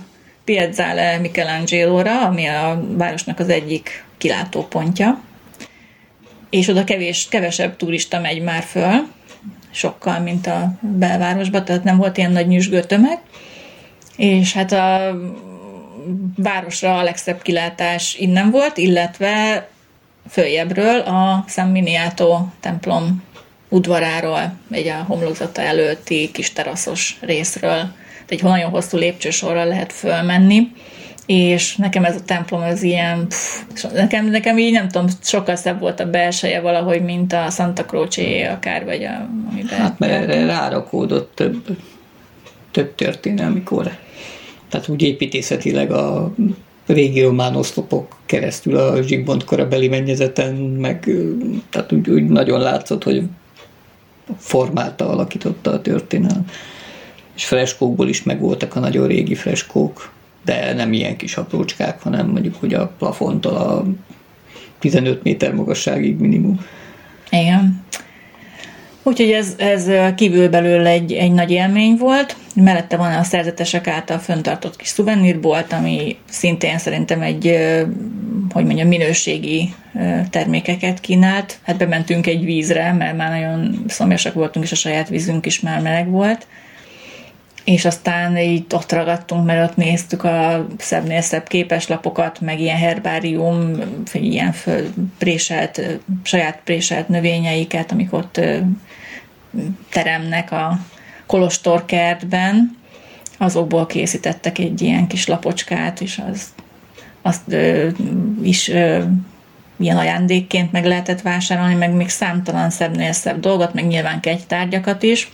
Speaker 1: Piazzale Michelangelo-ra, ami a városnak az egyik kilátópontja, és oda kevesebb turista megy már föl, sokkal, mint a belvárosba, tehát nem volt ilyen nagy nyüzsgő tömeg, és hát a városra a legszebb kilátás innen volt, illetve följebbről a San Miniato templom udvaráról, egy a homlokzata előtti kis teraszos részről, egy nagyon hosszú lépcsősorral lehet fölmenni, és nekem ez a templom az ilyen, nekem így nem tudom, sokkal szebb volt a belseje valahogy, mint a Santa Croce akár, vagy amiben...
Speaker 2: Hát mert erre rárakódott több történelmi kor. Tehát úgy építészetileg a régi román oszlopok keresztül a Zsigmond korabeli mennyezeten, meg tehát úgy nagyon látszott, hogy formálta, alakította a történelem. És freskókból is megvoltak a nagyon régi freskók, de nem ilyen kis aprócskák, hanem mondjuk, hogy a plafontól a 15 méter magasságig minimum.
Speaker 1: Igen. Úgyhogy ez kívülbelül egy nagy élmény volt. Mellette van a szerzetesek által föntartott kis szuvenírbolt, ami szintén szerintem egy, hogy mondjam, minőségi termékeket kínált. Hát bementünk egy vízre, mert már nagyon szomjasak voltunk, és a saját vízünk is már meleg volt. És aztán így ott ragadtunk, mert ott néztük a szebbnél szebb képeslapokat, meg ilyen herbárium, ilyen saját préselt növényeiket, amik ott teremnek a kolostorkertben. Azokból készítettek egy ilyen kis lapocskát, és azt is ilyen ajándékként meg lehetett vásárolni, meg még számtalan szebbnél szebb dolgot, meg nyilván kegytárgyakat is.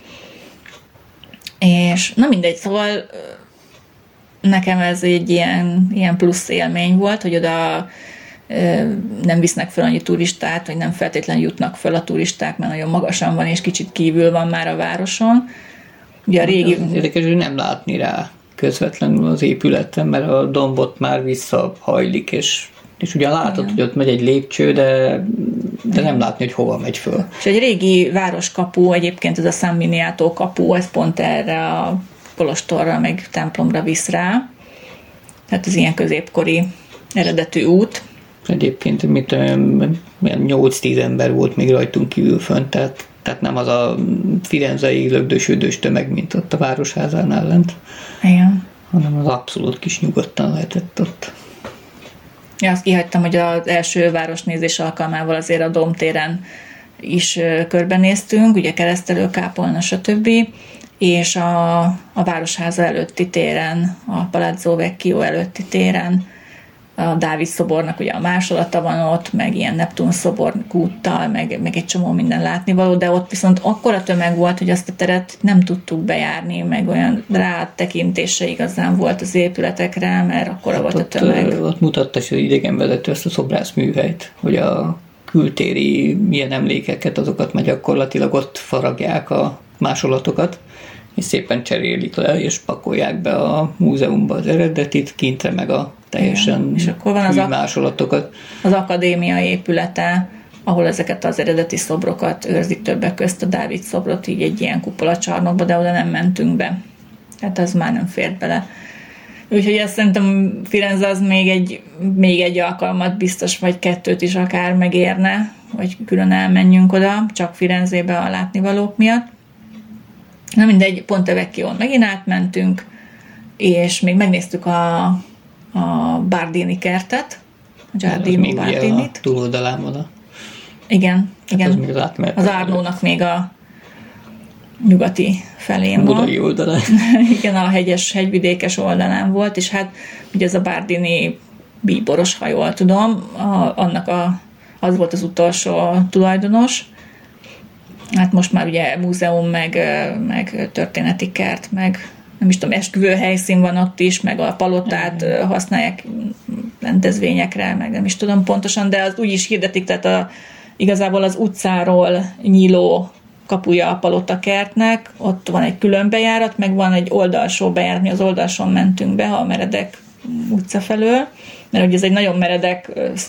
Speaker 1: És na mindegy, szóval nekem ez egy ilyen plusz élmény volt, hogy oda nem visznek fel annyi turistát, vagy nem feltétlenül jutnak fel a turisták, mert nagyon magasan van, és kicsit kívül van már a városon. Ugye a régi...
Speaker 2: Érdekes, hogy nem látni rá közvetlenül az épületen, mert a dombot már visszahajlik, és ugye látod, hogy ott megy egy lépcső, de nem látni, hogy hova megy föl.
Speaker 1: És egy régi városkapu, egyébként ez a San Miniato kapu, ez pont erre a kolostorra, meg templomra visz rá. Tehát ez ilyen középkori eredetű út.
Speaker 2: Egyébként 8-10 ember volt még rajtunk kívül fönt, tehát nem az a firenzei lögdösödős tömeg, mint ott a Városházánál lent.
Speaker 1: Igen.
Speaker 2: Hanem az abszolút kis nyugodtan lehetett ott.
Speaker 1: Ja, azt kihagytam, hogy az első városnézés alkalmával azért a Domtéren is körbenéztünk, ugye Keresztelő, Kápolna, stb. És a Városháza előtti téren, a Palazzo Vecchio előtti téren a Dávid szobornak ugye a másolata van ott, meg ilyen Neptun szobor kúttal, meg egy csomó minden látnivaló, de ott viszont akkora tömeg volt, hogy azt a teret nem tudtuk bejárni, meg olyan rátekintése igazán volt az épületekre, mert akkora volt a tömeg.
Speaker 2: Ott mutatta az idegenvezető ezt a szobrászműhelyt, hogy a kültéri milyen emlékeket, azokat már gyakorlatilag ott faragják a másolatokat, és szépen cserélik le, és pakolják be a múzeumba az eredetit, kintre meg a teljesen
Speaker 1: és akkor van
Speaker 2: másolatokat.
Speaker 1: Az akadémia épülete, ahol ezeket az eredeti szobrokat őrzik, többek közt a Dávid szobrot, így egy ilyen kupolacsarnokba, de oda nem mentünk be. Hát az már nem fért bele. Úgyhogy ezt szerintem Firenze az még egy alkalmat biztos, vagy 2 is akár megérne, hogy külön elmenjünk oda, csak Firenzébe a látnivalók miatt. Na mindegy, Ponte Vecchión megint átmentünk, és még megnéztük a Bardini kertet, a Giardino Bardinit.
Speaker 2: A túloldalán van.
Speaker 1: Igen. Az Árnónak még a nyugati felén van.
Speaker 2: Budai oldalán.
Speaker 1: Igen, a hegyvidékes oldalán volt, és hát ugye ez a Bardini bíboros, ha jól tudom, annak az volt az utolsó tulajdonos. Hát most már ugye múzeum, meg történeti kert, meg nem is tudom, esküvő helyszín van ott is, meg a palotát használják rendezvényekre, meg nem is tudom pontosan, de az úgy is hirdetik, tehát igazából az utcáról nyíló kapuja a palotakertnek, ott van egy külön bejárat, meg van egy oldalsó bejárat, mi az oldalson mentünk be, a Meredek utca felől, mert ugye ez egy nagyon meredek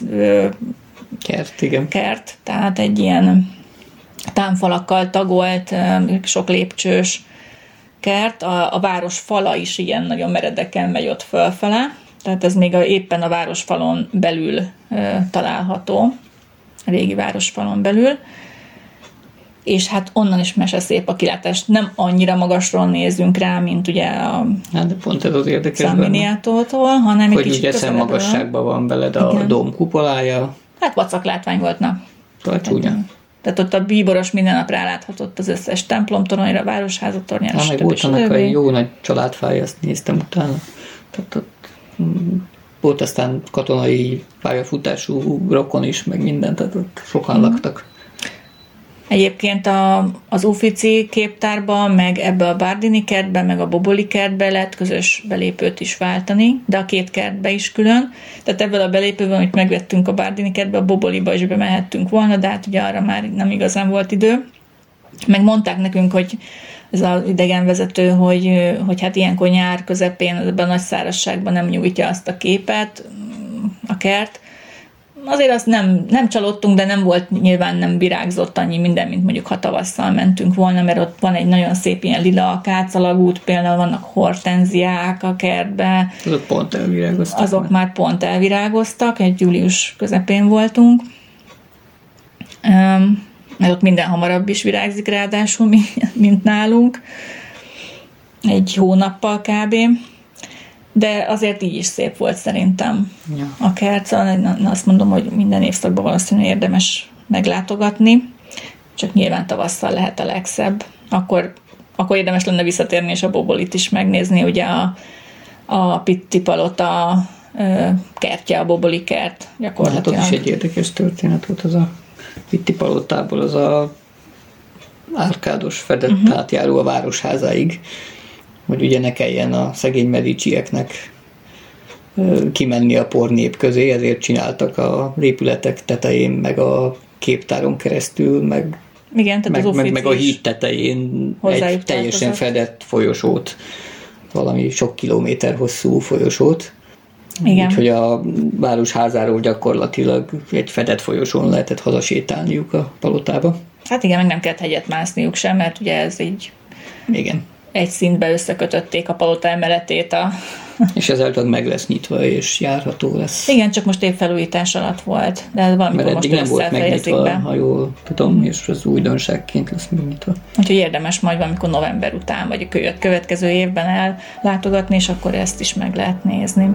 Speaker 1: kert, tehát egy ilyen támfalakkal tagolt, sok lépcsős kert, a város fala is ilyen nagyon meredeken megy ott fölfele, tehát ez még éppen a városfalon belül található, a régi városfalon belül, és hát onnan is meseszép a kilátás. Nem annyira magasról nézünk rá, mint ugye a
Speaker 2: hát de pont ez az érdekes
Speaker 1: San Miniától, hanem egy
Speaker 2: hogy
Speaker 1: kicsit
Speaker 2: ugye szemmagasságban van veled a dóm kupolája.
Speaker 1: Hát vacak látvány volt, na.
Speaker 2: Csúnya.
Speaker 1: Tehát ott a bíboros minden nap ráláthatott az összes templomtoronyra, városháza tornyára,
Speaker 2: meg volt annak egy jó nagy családfája, ezt néztem utána. Tehát ott volt aztán katonai pályafutású rokon is, meg mindent, tehát ott sokan laktak.
Speaker 1: Egyébként az Uffizi képtárban, meg ebbe a Bardini kertbe, meg a Boboli kertbe lehet közös belépőt is váltani, de a két kertbe is külön. Tehát ebből a belépőben, amit megvettünk a Bardini kertbe, a Boboliba is bemehettünk volna, de hát ugye arra már nem igazán volt idő. Meg mondták nekünk, hogy ez az idegenvezető, hogy hát ilyenkor nyár közepén, ebben a nagy szárazságban nem nyújtja azt a képet a kert. Azért azt nem csalódtunk, de nem volt, nyilván nem virágzott annyi minden, mint mondjuk ha tavasszal mentünk volna, mert ott van egy nagyon szép ilyen lila akácalagút, például vannak hortenziák a kertbe.
Speaker 2: Azok pont elvirágoztak.
Speaker 1: Azok már pont elvirágoztak, egy július közepén voltunk. Mert ott minden hamarabb is virágzik ráadásul, mint nálunk. Egy hónappal kb. De azért így is szép volt szerintem a kert. Szóval azt mondom, hogy minden évszakban valószínűleg érdemes meglátogatni, csak nyilván tavasszal lehet a legszebb. Akkor érdemes lenne visszatérni és a Bobolit is megnézni. Ugye a Pitti palota kertje, a Boboli kert gyakorlatilag.
Speaker 2: Hát ott is egy érdekes történet volt az a Pitti palotából, az a árkádos fedett átjáró a városházáig, hogy ugye ne kelljen a szegény Medicieknek kimenni a pornép közé, ezért csináltak a épületek tetején, meg a képtáron keresztül, meg a híd tetején egy teljesen fedett folyosót, valami sok kilométer hosszú folyosót.
Speaker 1: Igen.
Speaker 2: Úgyhogy a városházáról gyakorlatilag egy fedett folyosón lehetett hazasétálniuk a palotába.
Speaker 1: Hát igen, meg nem kellett hegyet mászniuk sem, mert ugye ez így
Speaker 2: igen.
Speaker 1: Egy szintbe összekötötték a palota emeletét.
Speaker 2: És ezáltal meg lesz nyitva, és járható lesz.
Speaker 1: Igen, csak most épp felújítás alatt volt, de valamikor most
Speaker 2: nem volt megnyitva,
Speaker 1: be.
Speaker 2: Ha jól tudom, és az újdonságként lesz megnyitva.
Speaker 1: Úgyhogy érdemes majd valamikor november után, vagy a következő évben ellátogatni, és akkor ezt is meg lehet nézni.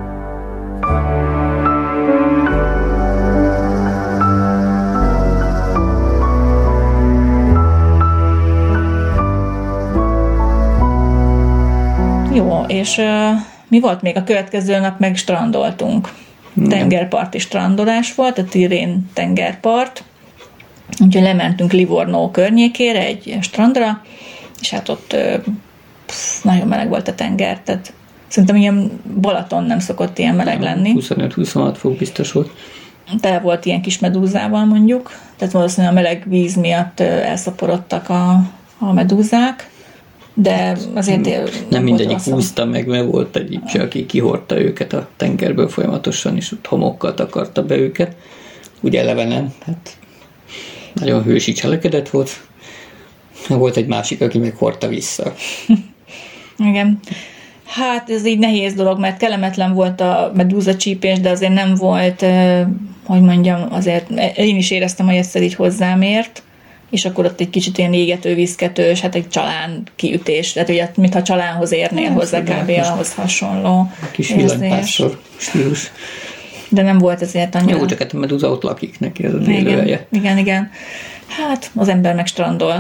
Speaker 1: Jó, és mi volt még? A következő nap meg strandoltunk. Tengerparti strandolás volt, a Tirrén tengerpart. Úgyhogy lementünk Livorno környékére egy strandra, és hát ott nagyon meleg volt a tenger, tehát szerintem ilyen Balaton nem szokott ilyen meleg lenni.
Speaker 2: 25-26 fok biztos volt.
Speaker 1: Tele volt ilyen kis medúzával mondjuk, tehát valószínűleg a meleg víz miatt elszaporodtak a medúzák. De azért
Speaker 2: nem mindegyik húzta meg, mert volt egy is, aki kihordta őket a tengerből folyamatosan, és ott homokkal takarta be őket. Ugye elevenen, hát nagyon hősi cselekedet volt. Volt egy másik, aki meg hordta vissza.
Speaker 1: Igen. Hát ez így nehéz dolog, mert kellemetlen volt a medúza csípés, de azért nem volt, hogy mondjam, azért én is éreztem, hogy egyszer így hozzám ért, és akkor ott egy kicsit ilyen égető, viszketős, hát egy csalán kiütés, tehát ugye, mintha csalánhoz érnél hozzá, kb. Ahhoz hasonló
Speaker 2: kis villanypásztor stílus.
Speaker 1: De nem volt ezért annyira.
Speaker 2: Jó, csak hát a medúza ott lakik neki, ez az élőhelye.
Speaker 1: Igen. Hát az ember meg strandol.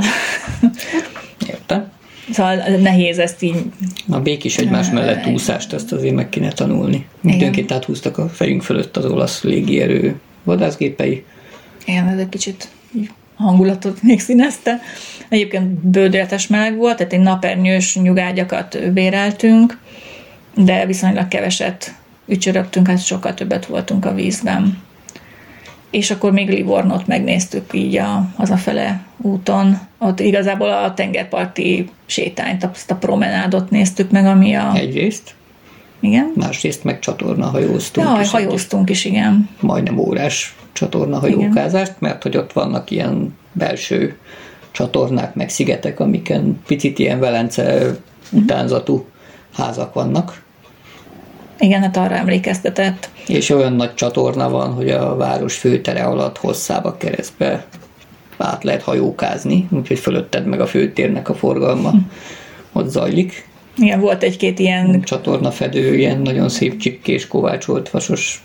Speaker 2: Értem.
Speaker 1: Szóval nehéz ezt így...
Speaker 2: A békés egymás mellett úszást, azt azért meg kéne tanulni. Mindenként áthúztak a fejünk fölött az olasz légierő vadászgépei.
Speaker 1: Igen, ez egy kicsit hangulatot még színezte. Egyébként bődületes meleg volt, tehát egy napernyős nyugágyakat béreltünk, de viszonylag keveset ücsörögtünk, hát sokkal többet voltunk a vízben. És akkor még Livornót megnéztük így hazafele úton. Ott igazából a tengerparti sétányt, azt a promenádot néztük meg, ami
Speaker 2: Egyrészt.
Speaker 1: Igen.
Speaker 2: Másrészt meg csatornahajóztunk.
Speaker 1: Ja, hajóztunk is, igen.
Speaker 2: Majdnem órás csatornahajókázást, mert hogy ott vannak ilyen belső csatornák, meg szigetek, amiken picit ilyen Velence utánzatú házak vannak.
Speaker 1: Igen, hát arra emlékeztetett.
Speaker 2: És olyan nagy csatorna van, hogy a város főtere alatt hosszába keresztbe át lehet hajókázni, úgyhogy fölötted meg a főtérnek a forgalma ott zajlik.
Speaker 1: Igen, volt egy-két ilyen
Speaker 2: csatornafedő, ilyen nagyon szép csipkés, kovácsolt, vasos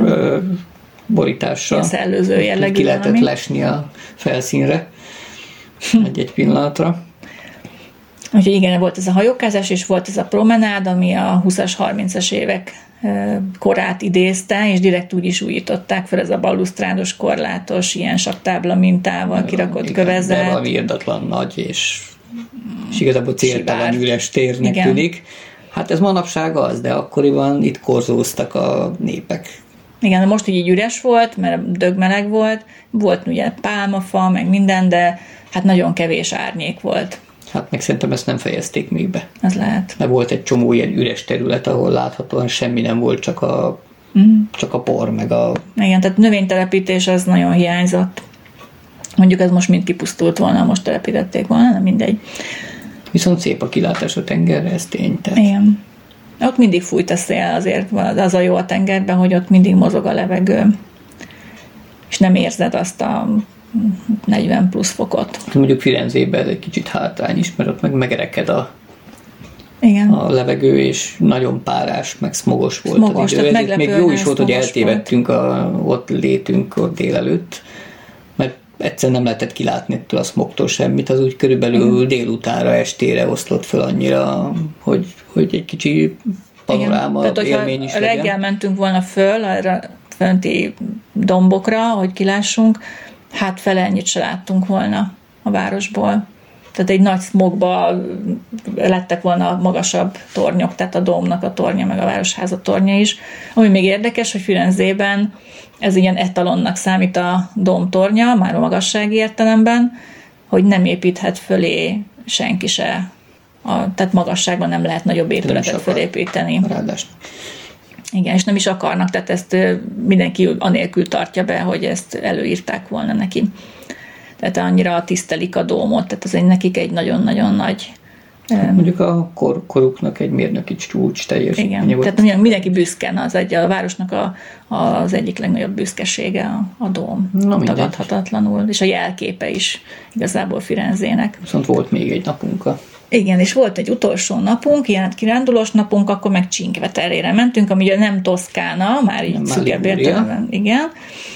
Speaker 2: borítással.
Speaker 1: Ilyen szellőző jellegű.
Speaker 2: Ki lehetett lesni a felszínre egy pillanatra.
Speaker 1: Úgyhogy igen, volt ez a hajókázás, és volt ez a promenád, ami a 20-as, 30-as évek korát idézte, és direkt úgy is újították fel, ez a balusztrádos, korlátos, ilyen saktábla mintával kirakott kövezet.
Speaker 2: De valami irdatlan nagy, és igazából céltalan üres térnek tűnik. Hát ez manapság az, de akkoriban itt korzóztak a népek.
Speaker 1: Igen, most így üres volt, mert dögmeleg volt ugye pálmafa, meg minden, de hát nagyon kevés árnyék volt.
Speaker 2: Hát meg szerintem ezt nem fejezték még be.
Speaker 1: Az lehet.
Speaker 2: Mert volt egy csomó ilyen üres terület, ahol láthatóan semmi nem volt, csak a por, meg a...
Speaker 1: Igen, tehát növénytelepítés az nagyon hiányzott. Mondjuk ez most mind kipusztult volna, most telepítették volna, nem mindegy.
Speaker 2: Viszont szép a kilátás a tengerre, ez tény. Tehát...
Speaker 1: Igen. Ott mindig fújt a szél, azért az a jó a tengerben, hogy ott mindig mozog a levegő. És nem érzed azt a 40 plusz fokot.
Speaker 2: Mondjuk Firenzében ez egy kicsit hátrány is, mert ott meg megereked a levegő, és nagyon párás, meg szmogos volt az idő. Ez még jó is volt, hogy eltévedtünk ott létünk ott délelőtt, mert egyszer nem lehetett kilátni ettől a smogtól semmit, az úgy körülbelül délutánra, estére oszlott föl annyira, hogy egy kicsi panoráma élmény is legyen.
Speaker 1: Reggel mentünk volna föl, arra fönti dombokra, hogy kilássunk, hát fele ennyit se láttunk volna a városból. Tehát egy nagy smogba lettek volna magasabb tornyok, tehát a dómnak a tornya, meg a városháza tornya is. Ami még érdekes, hogy Firenzében ez ilyen etalonnak számít a dóm tornya, már a magassági értelemben, hogy nem építhet fölé senki se. Tehát magasságban nem lehet nagyobb épületet fölépíteni. Igen, és nem is akarnak, tehát ezt mindenki anélkül tartja be, hogy ezt előírták volna neki. Tehát annyira tisztelik a dómot, tehát ez nekik egy nagyon-nagyon nagy...
Speaker 2: Mondjuk a koruknak egy mérnöki csúcs teljesítménye.
Speaker 1: Igen, tehát mindenki büszke, a városnak az egyik legnagyobb büszkesége a dóm. Tagadhatatlanul, és a jelképe is igazából Firenzének.
Speaker 2: Viszont volt még egy napunk.
Speaker 1: Igen, és volt egy utolsó napunk, ilyen kirándulós napunk, akkor meg Cinque Terrére mentünk, ami ugye nem Toszkána, már így szűkebb értelemben. Igen.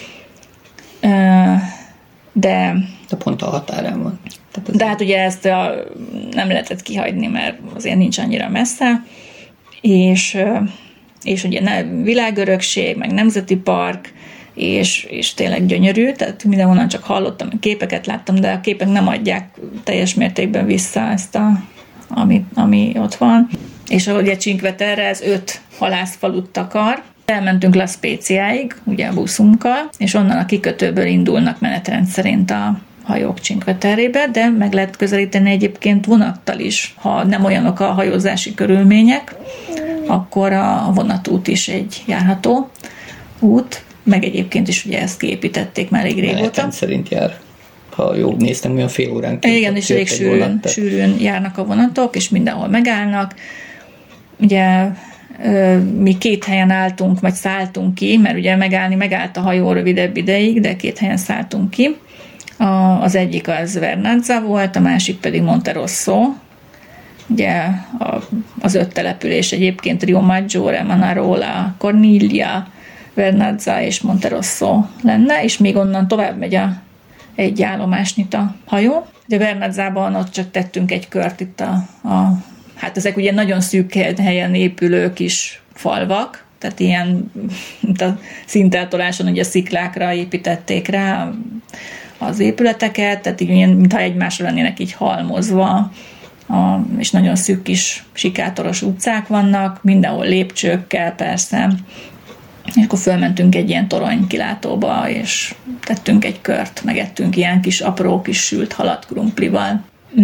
Speaker 1: De
Speaker 2: pont a határán van.
Speaker 1: De hát ugye ezt nem lehetett kihagyni, mert azért nincs annyira messze, és ugye világörökség, meg nemzeti park, és tényleg gyönyörű, tehát mindenhonnan csak hallottam, képeket láttam, de a képek nem adják teljes mértékben vissza ezt ami ott van. És ugye Cinque Terre, ez 5 halászfalut takar. Elmentünk La Speziáig, ugye a buszunkkal, és onnan a kikötőből indulnak menetrend szerint a hajók Cinque Terrébe, de meg lehet közelíteni egyébként vonattal is. Ha nem olyanok a hajózási körülmények, akkor a vonatút is egy járható út, meg egyébként is ugye ezt kiépítették már elég régóta.
Speaker 2: Menetrend szerint jár. Ha jól néztem, olyan fél óránként.
Speaker 1: Igen, és elég sűrűn járnak a vonatok, és mindenhol megállnak. Ugye mi 2 helyen álltunk, vagy szálltunk ki, mert ugye megállt a hajó rövidebb ideig, de 2 helyen szálltunk ki. Az egyik az Vernazza volt, a másik pedig Monterosso. Ugye az 5 település egyébként Riomaggiore, Manarola, Corniglia, Vernazza és Monterosso lenne, és még onnan tovább megy egy állomásnyit a hajó. Ugye Vernazzában ott csak tettünk egy kört itt hát ezek ugye nagyon szűk helyen épülő kis falvak, tehát ilyen a szinteltoláson ugye sziklákra építették rá az épületeket, tehát így mintha egymásra lennének így halmozva, és nagyon szűk kis sikátoros utcák vannak, mindenhol lépcsőkkel persze, és akkor fölmentünk egy ilyen toronykilátóba, és tettünk egy kört, megettünk ilyen kis apró kis sült halat krumplival.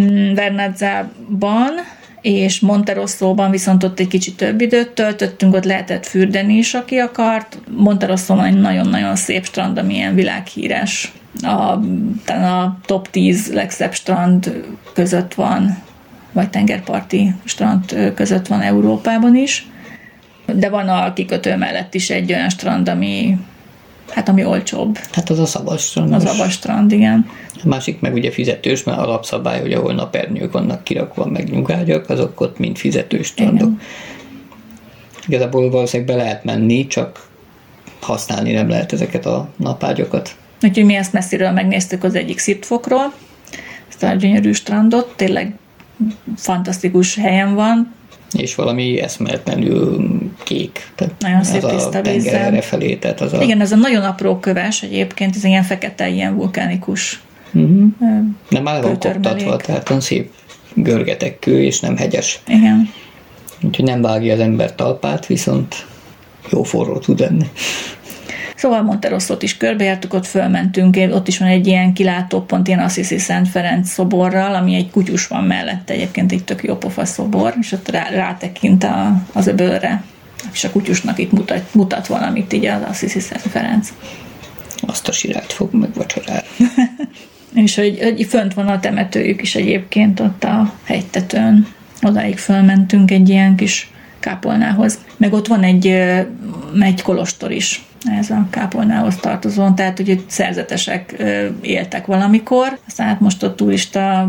Speaker 1: Vernazzában és Monterossóban viszont ott egy kicsit több időt töltöttünk, ott lehetett fürdeni is, aki akart. Monterossóban egy nagyon-nagyon szép strand, ami ilyen világhíres talán a top 10 legszebb strand között van, vagy tengerparti strand között van Európában is. De van a kikötő mellett is egy olyan strand, ami olcsóbb.
Speaker 2: Hát az a szabad strand.
Speaker 1: Az szabad strand, igen.
Speaker 2: A másik meg ugye fizetős, mert alapszabály, hogy ahol napernyők vannak kirakva, meg nyugágyak, azok ott mind fizetős strandok. Igen. Igazából valószínűleg be lehet menni, csak használni nem lehet ezeket a napágyakat.
Speaker 1: Úgyhogy mi ezt messziről megnéztük az egyik Szirtfokról, ezt a gyönyörű strandot, tényleg fantasztikus helyen van.
Speaker 2: És valami eszméletlenül kék.
Speaker 1: Nagyon szép tiszta vízzel.
Speaker 2: Errefelé, tehát az
Speaker 1: igen, ez a nagyon apró köves egyébként, ez ilyen fekete, ilyen vulkánikus
Speaker 2: nem már van koptatva, tehát olyan szép görgetekű, és nem hegyes.
Speaker 1: Igen.
Speaker 2: Úgyhogy nem vágja az ember talpát, viszont jó forró tud lenni.
Speaker 1: Szóval Monterossot is körbejártuk, ott fölmentünk, ott is van egy ilyen kilátópont, ilyen Assisi Szent Ferenc szoborral, ami egy kutyus van mellette, egyébként egy tök jó pofa szobor, és ott rátekint az öbölre, és a kutyusnak itt mutat valamit így az Assisi Szent Ferenc.
Speaker 2: Azt a sirályt fog megvacsorálni.
Speaker 1: És hogy fönt van a temetőjük is egyébként ott a hegytetőn, odáig fölmentünk egy ilyen kis kápolnához. Meg ott van egy kolostor is, ez a kápolnához tartozó, tehát hogy szerzetesek éltek valamikor, aztán hát most a turista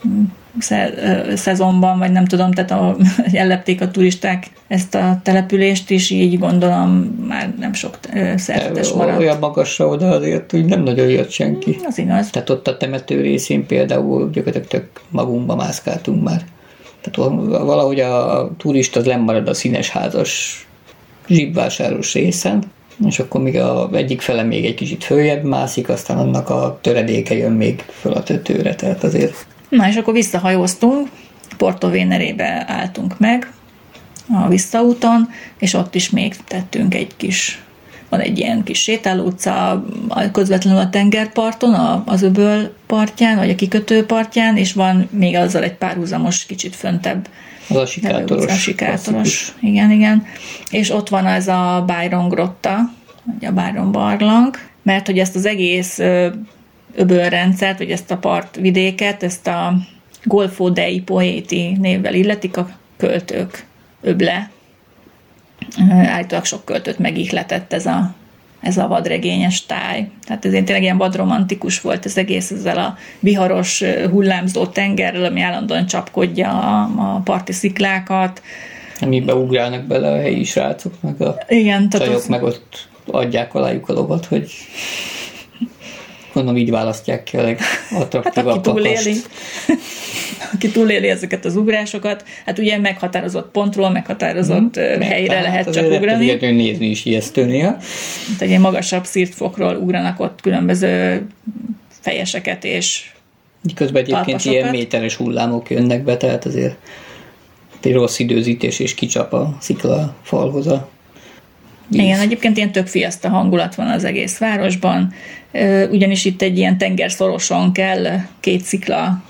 Speaker 1: szezonban, vagy nem tudom, tehát ellepték a turisták ezt a települést, és így gondolom már nem sok szerzetes maradt.
Speaker 2: Olyan magasra oda azért, hogy nem nagyon jött senki.
Speaker 1: Az igaz.
Speaker 2: Tehát ott a temető részén például gyakorlatilag tök magunkba mászkáltunk már. Tehát valahogy a turista az lemarad a színesházas zsibvásáros részen, és akkor még az egyik fele még egy kicsit följebb mászik, aztán annak a töredéke jön még föl a tetőre, tehát azért.
Speaker 1: Na, és akkor visszahajóztunk, Porto Venerébe álltunk meg a visszaúton, és ott is még tettünk van egy ilyen kis sétálóutca közvetlenül a tengerparton, az öböl partján, vagy a kikötő partján, és van még azzal egy párhuzamos, kicsit föntebb
Speaker 2: az a sikátoros.
Speaker 1: Igen. És ott van ez a Byron grotta, vagy a Byron barlang, mert hogy ezt az egész öbölrendszert, vagy ezt a partvidéket, ezt a Golfo dei Poeti névvel illetik a költők öble. Állítólag sok költőt megihletett ez a vadregényes táj. Tehát ez tényleg ilyen vadromantikus volt az egész, ezzel a viharos, hullámzó tengerrel, ami állandóan csapkodja a parti sziklákat.
Speaker 2: Amiben ugrálnak bele a helyi srácok, meg a csajok meg ott adják alájuk a lovat, hogy mondom, így választják ki a legattraktívabb
Speaker 1: lakast. Aki túléli ezeket az ugrásokat, hát ugye meghatározott pontról, meghatározott helyre lehet csak ugrani.
Speaker 2: Hát nézni is ijesztő néha.
Speaker 1: Tehát egy ilyen magasabb szirtfokról ugranak ott különböző fejeseket és
Speaker 2: közben egyébként
Speaker 1: talpasokat.
Speaker 2: Ilyen méteres hullámok jönnek be, tehát azért egy rossz időzítés és kicsap a szikla falhoz a víz.
Speaker 1: Igen, egyébként ilyen tök fiaszta hangulat van az egész városban, ugyanis itt egy ilyen tengerszoroson kell két Scylla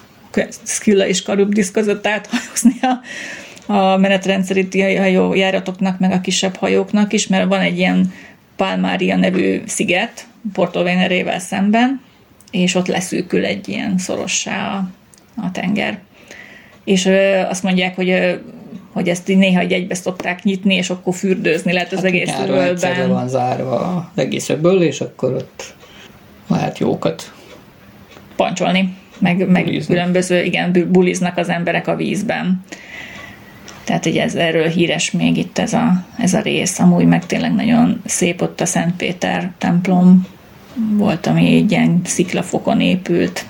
Speaker 1: és Charybdis között áthajózni a menetrendszerinti hajójáratoknak, meg a kisebb hajóknak is, mert van egy ilyen Palmaria nevű sziget Porto Venerével szemben, és ott leszűkül egy ilyen szorossá a tenger. És azt mondják, hogy ezt néha egybe szokták nyitni, és akkor fürdőzni lehet az egész öbölben.
Speaker 2: Van zárva az egész öböl, és akkor ott lehet jókat
Speaker 1: pancsolni, meg különböző, buliznak az emberek a vízben. Tehát, hogy erről híres még itt ez a rész. Amúgy meg tényleg nagyon szép, ott a Szent Péter templom volt, ami egy ilyen sziklafokon épült.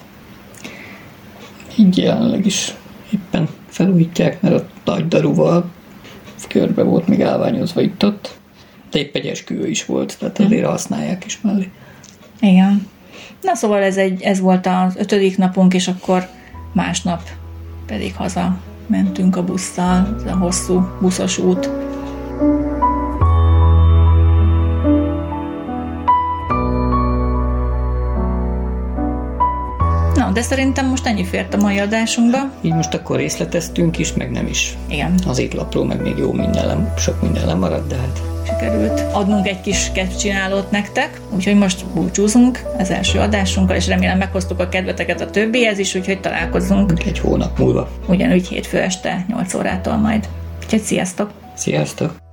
Speaker 2: Így jelenleg is éppen felújítják, mert ott nagy daruval körbe volt még állványozva itt-ott, de épp egy esküvő is volt, tehát azért használják is mellé.
Speaker 1: Igen. Na szóval ez volt az 5. napunk, és akkor másnap pedig haza mentünk a busszal, ez a hosszú buszos út. Na, de szerintem most ennyi fért a mai adásunkba.
Speaker 2: Így most akkor részleteztünk is, meg nem is.
Speaker 1: Igen.
Speaker 2: Az étlapról meg még sok minden lemaradt, de hát
Speaker 1: sikerült adnunk egy kis kedvcsinálót nektek, úgyhogy most búcsúzunk az első adásunkkal, és remélem meghoztuk a kedveteket a többihez is, úgyhogy találkozunk
Speaker 2: egy hónap múlva.
Speaker 1: Ugyanúgy hétfő este 8 órától majd. Úgyhogy sziasztok!
Speaker 2: Sziasztok!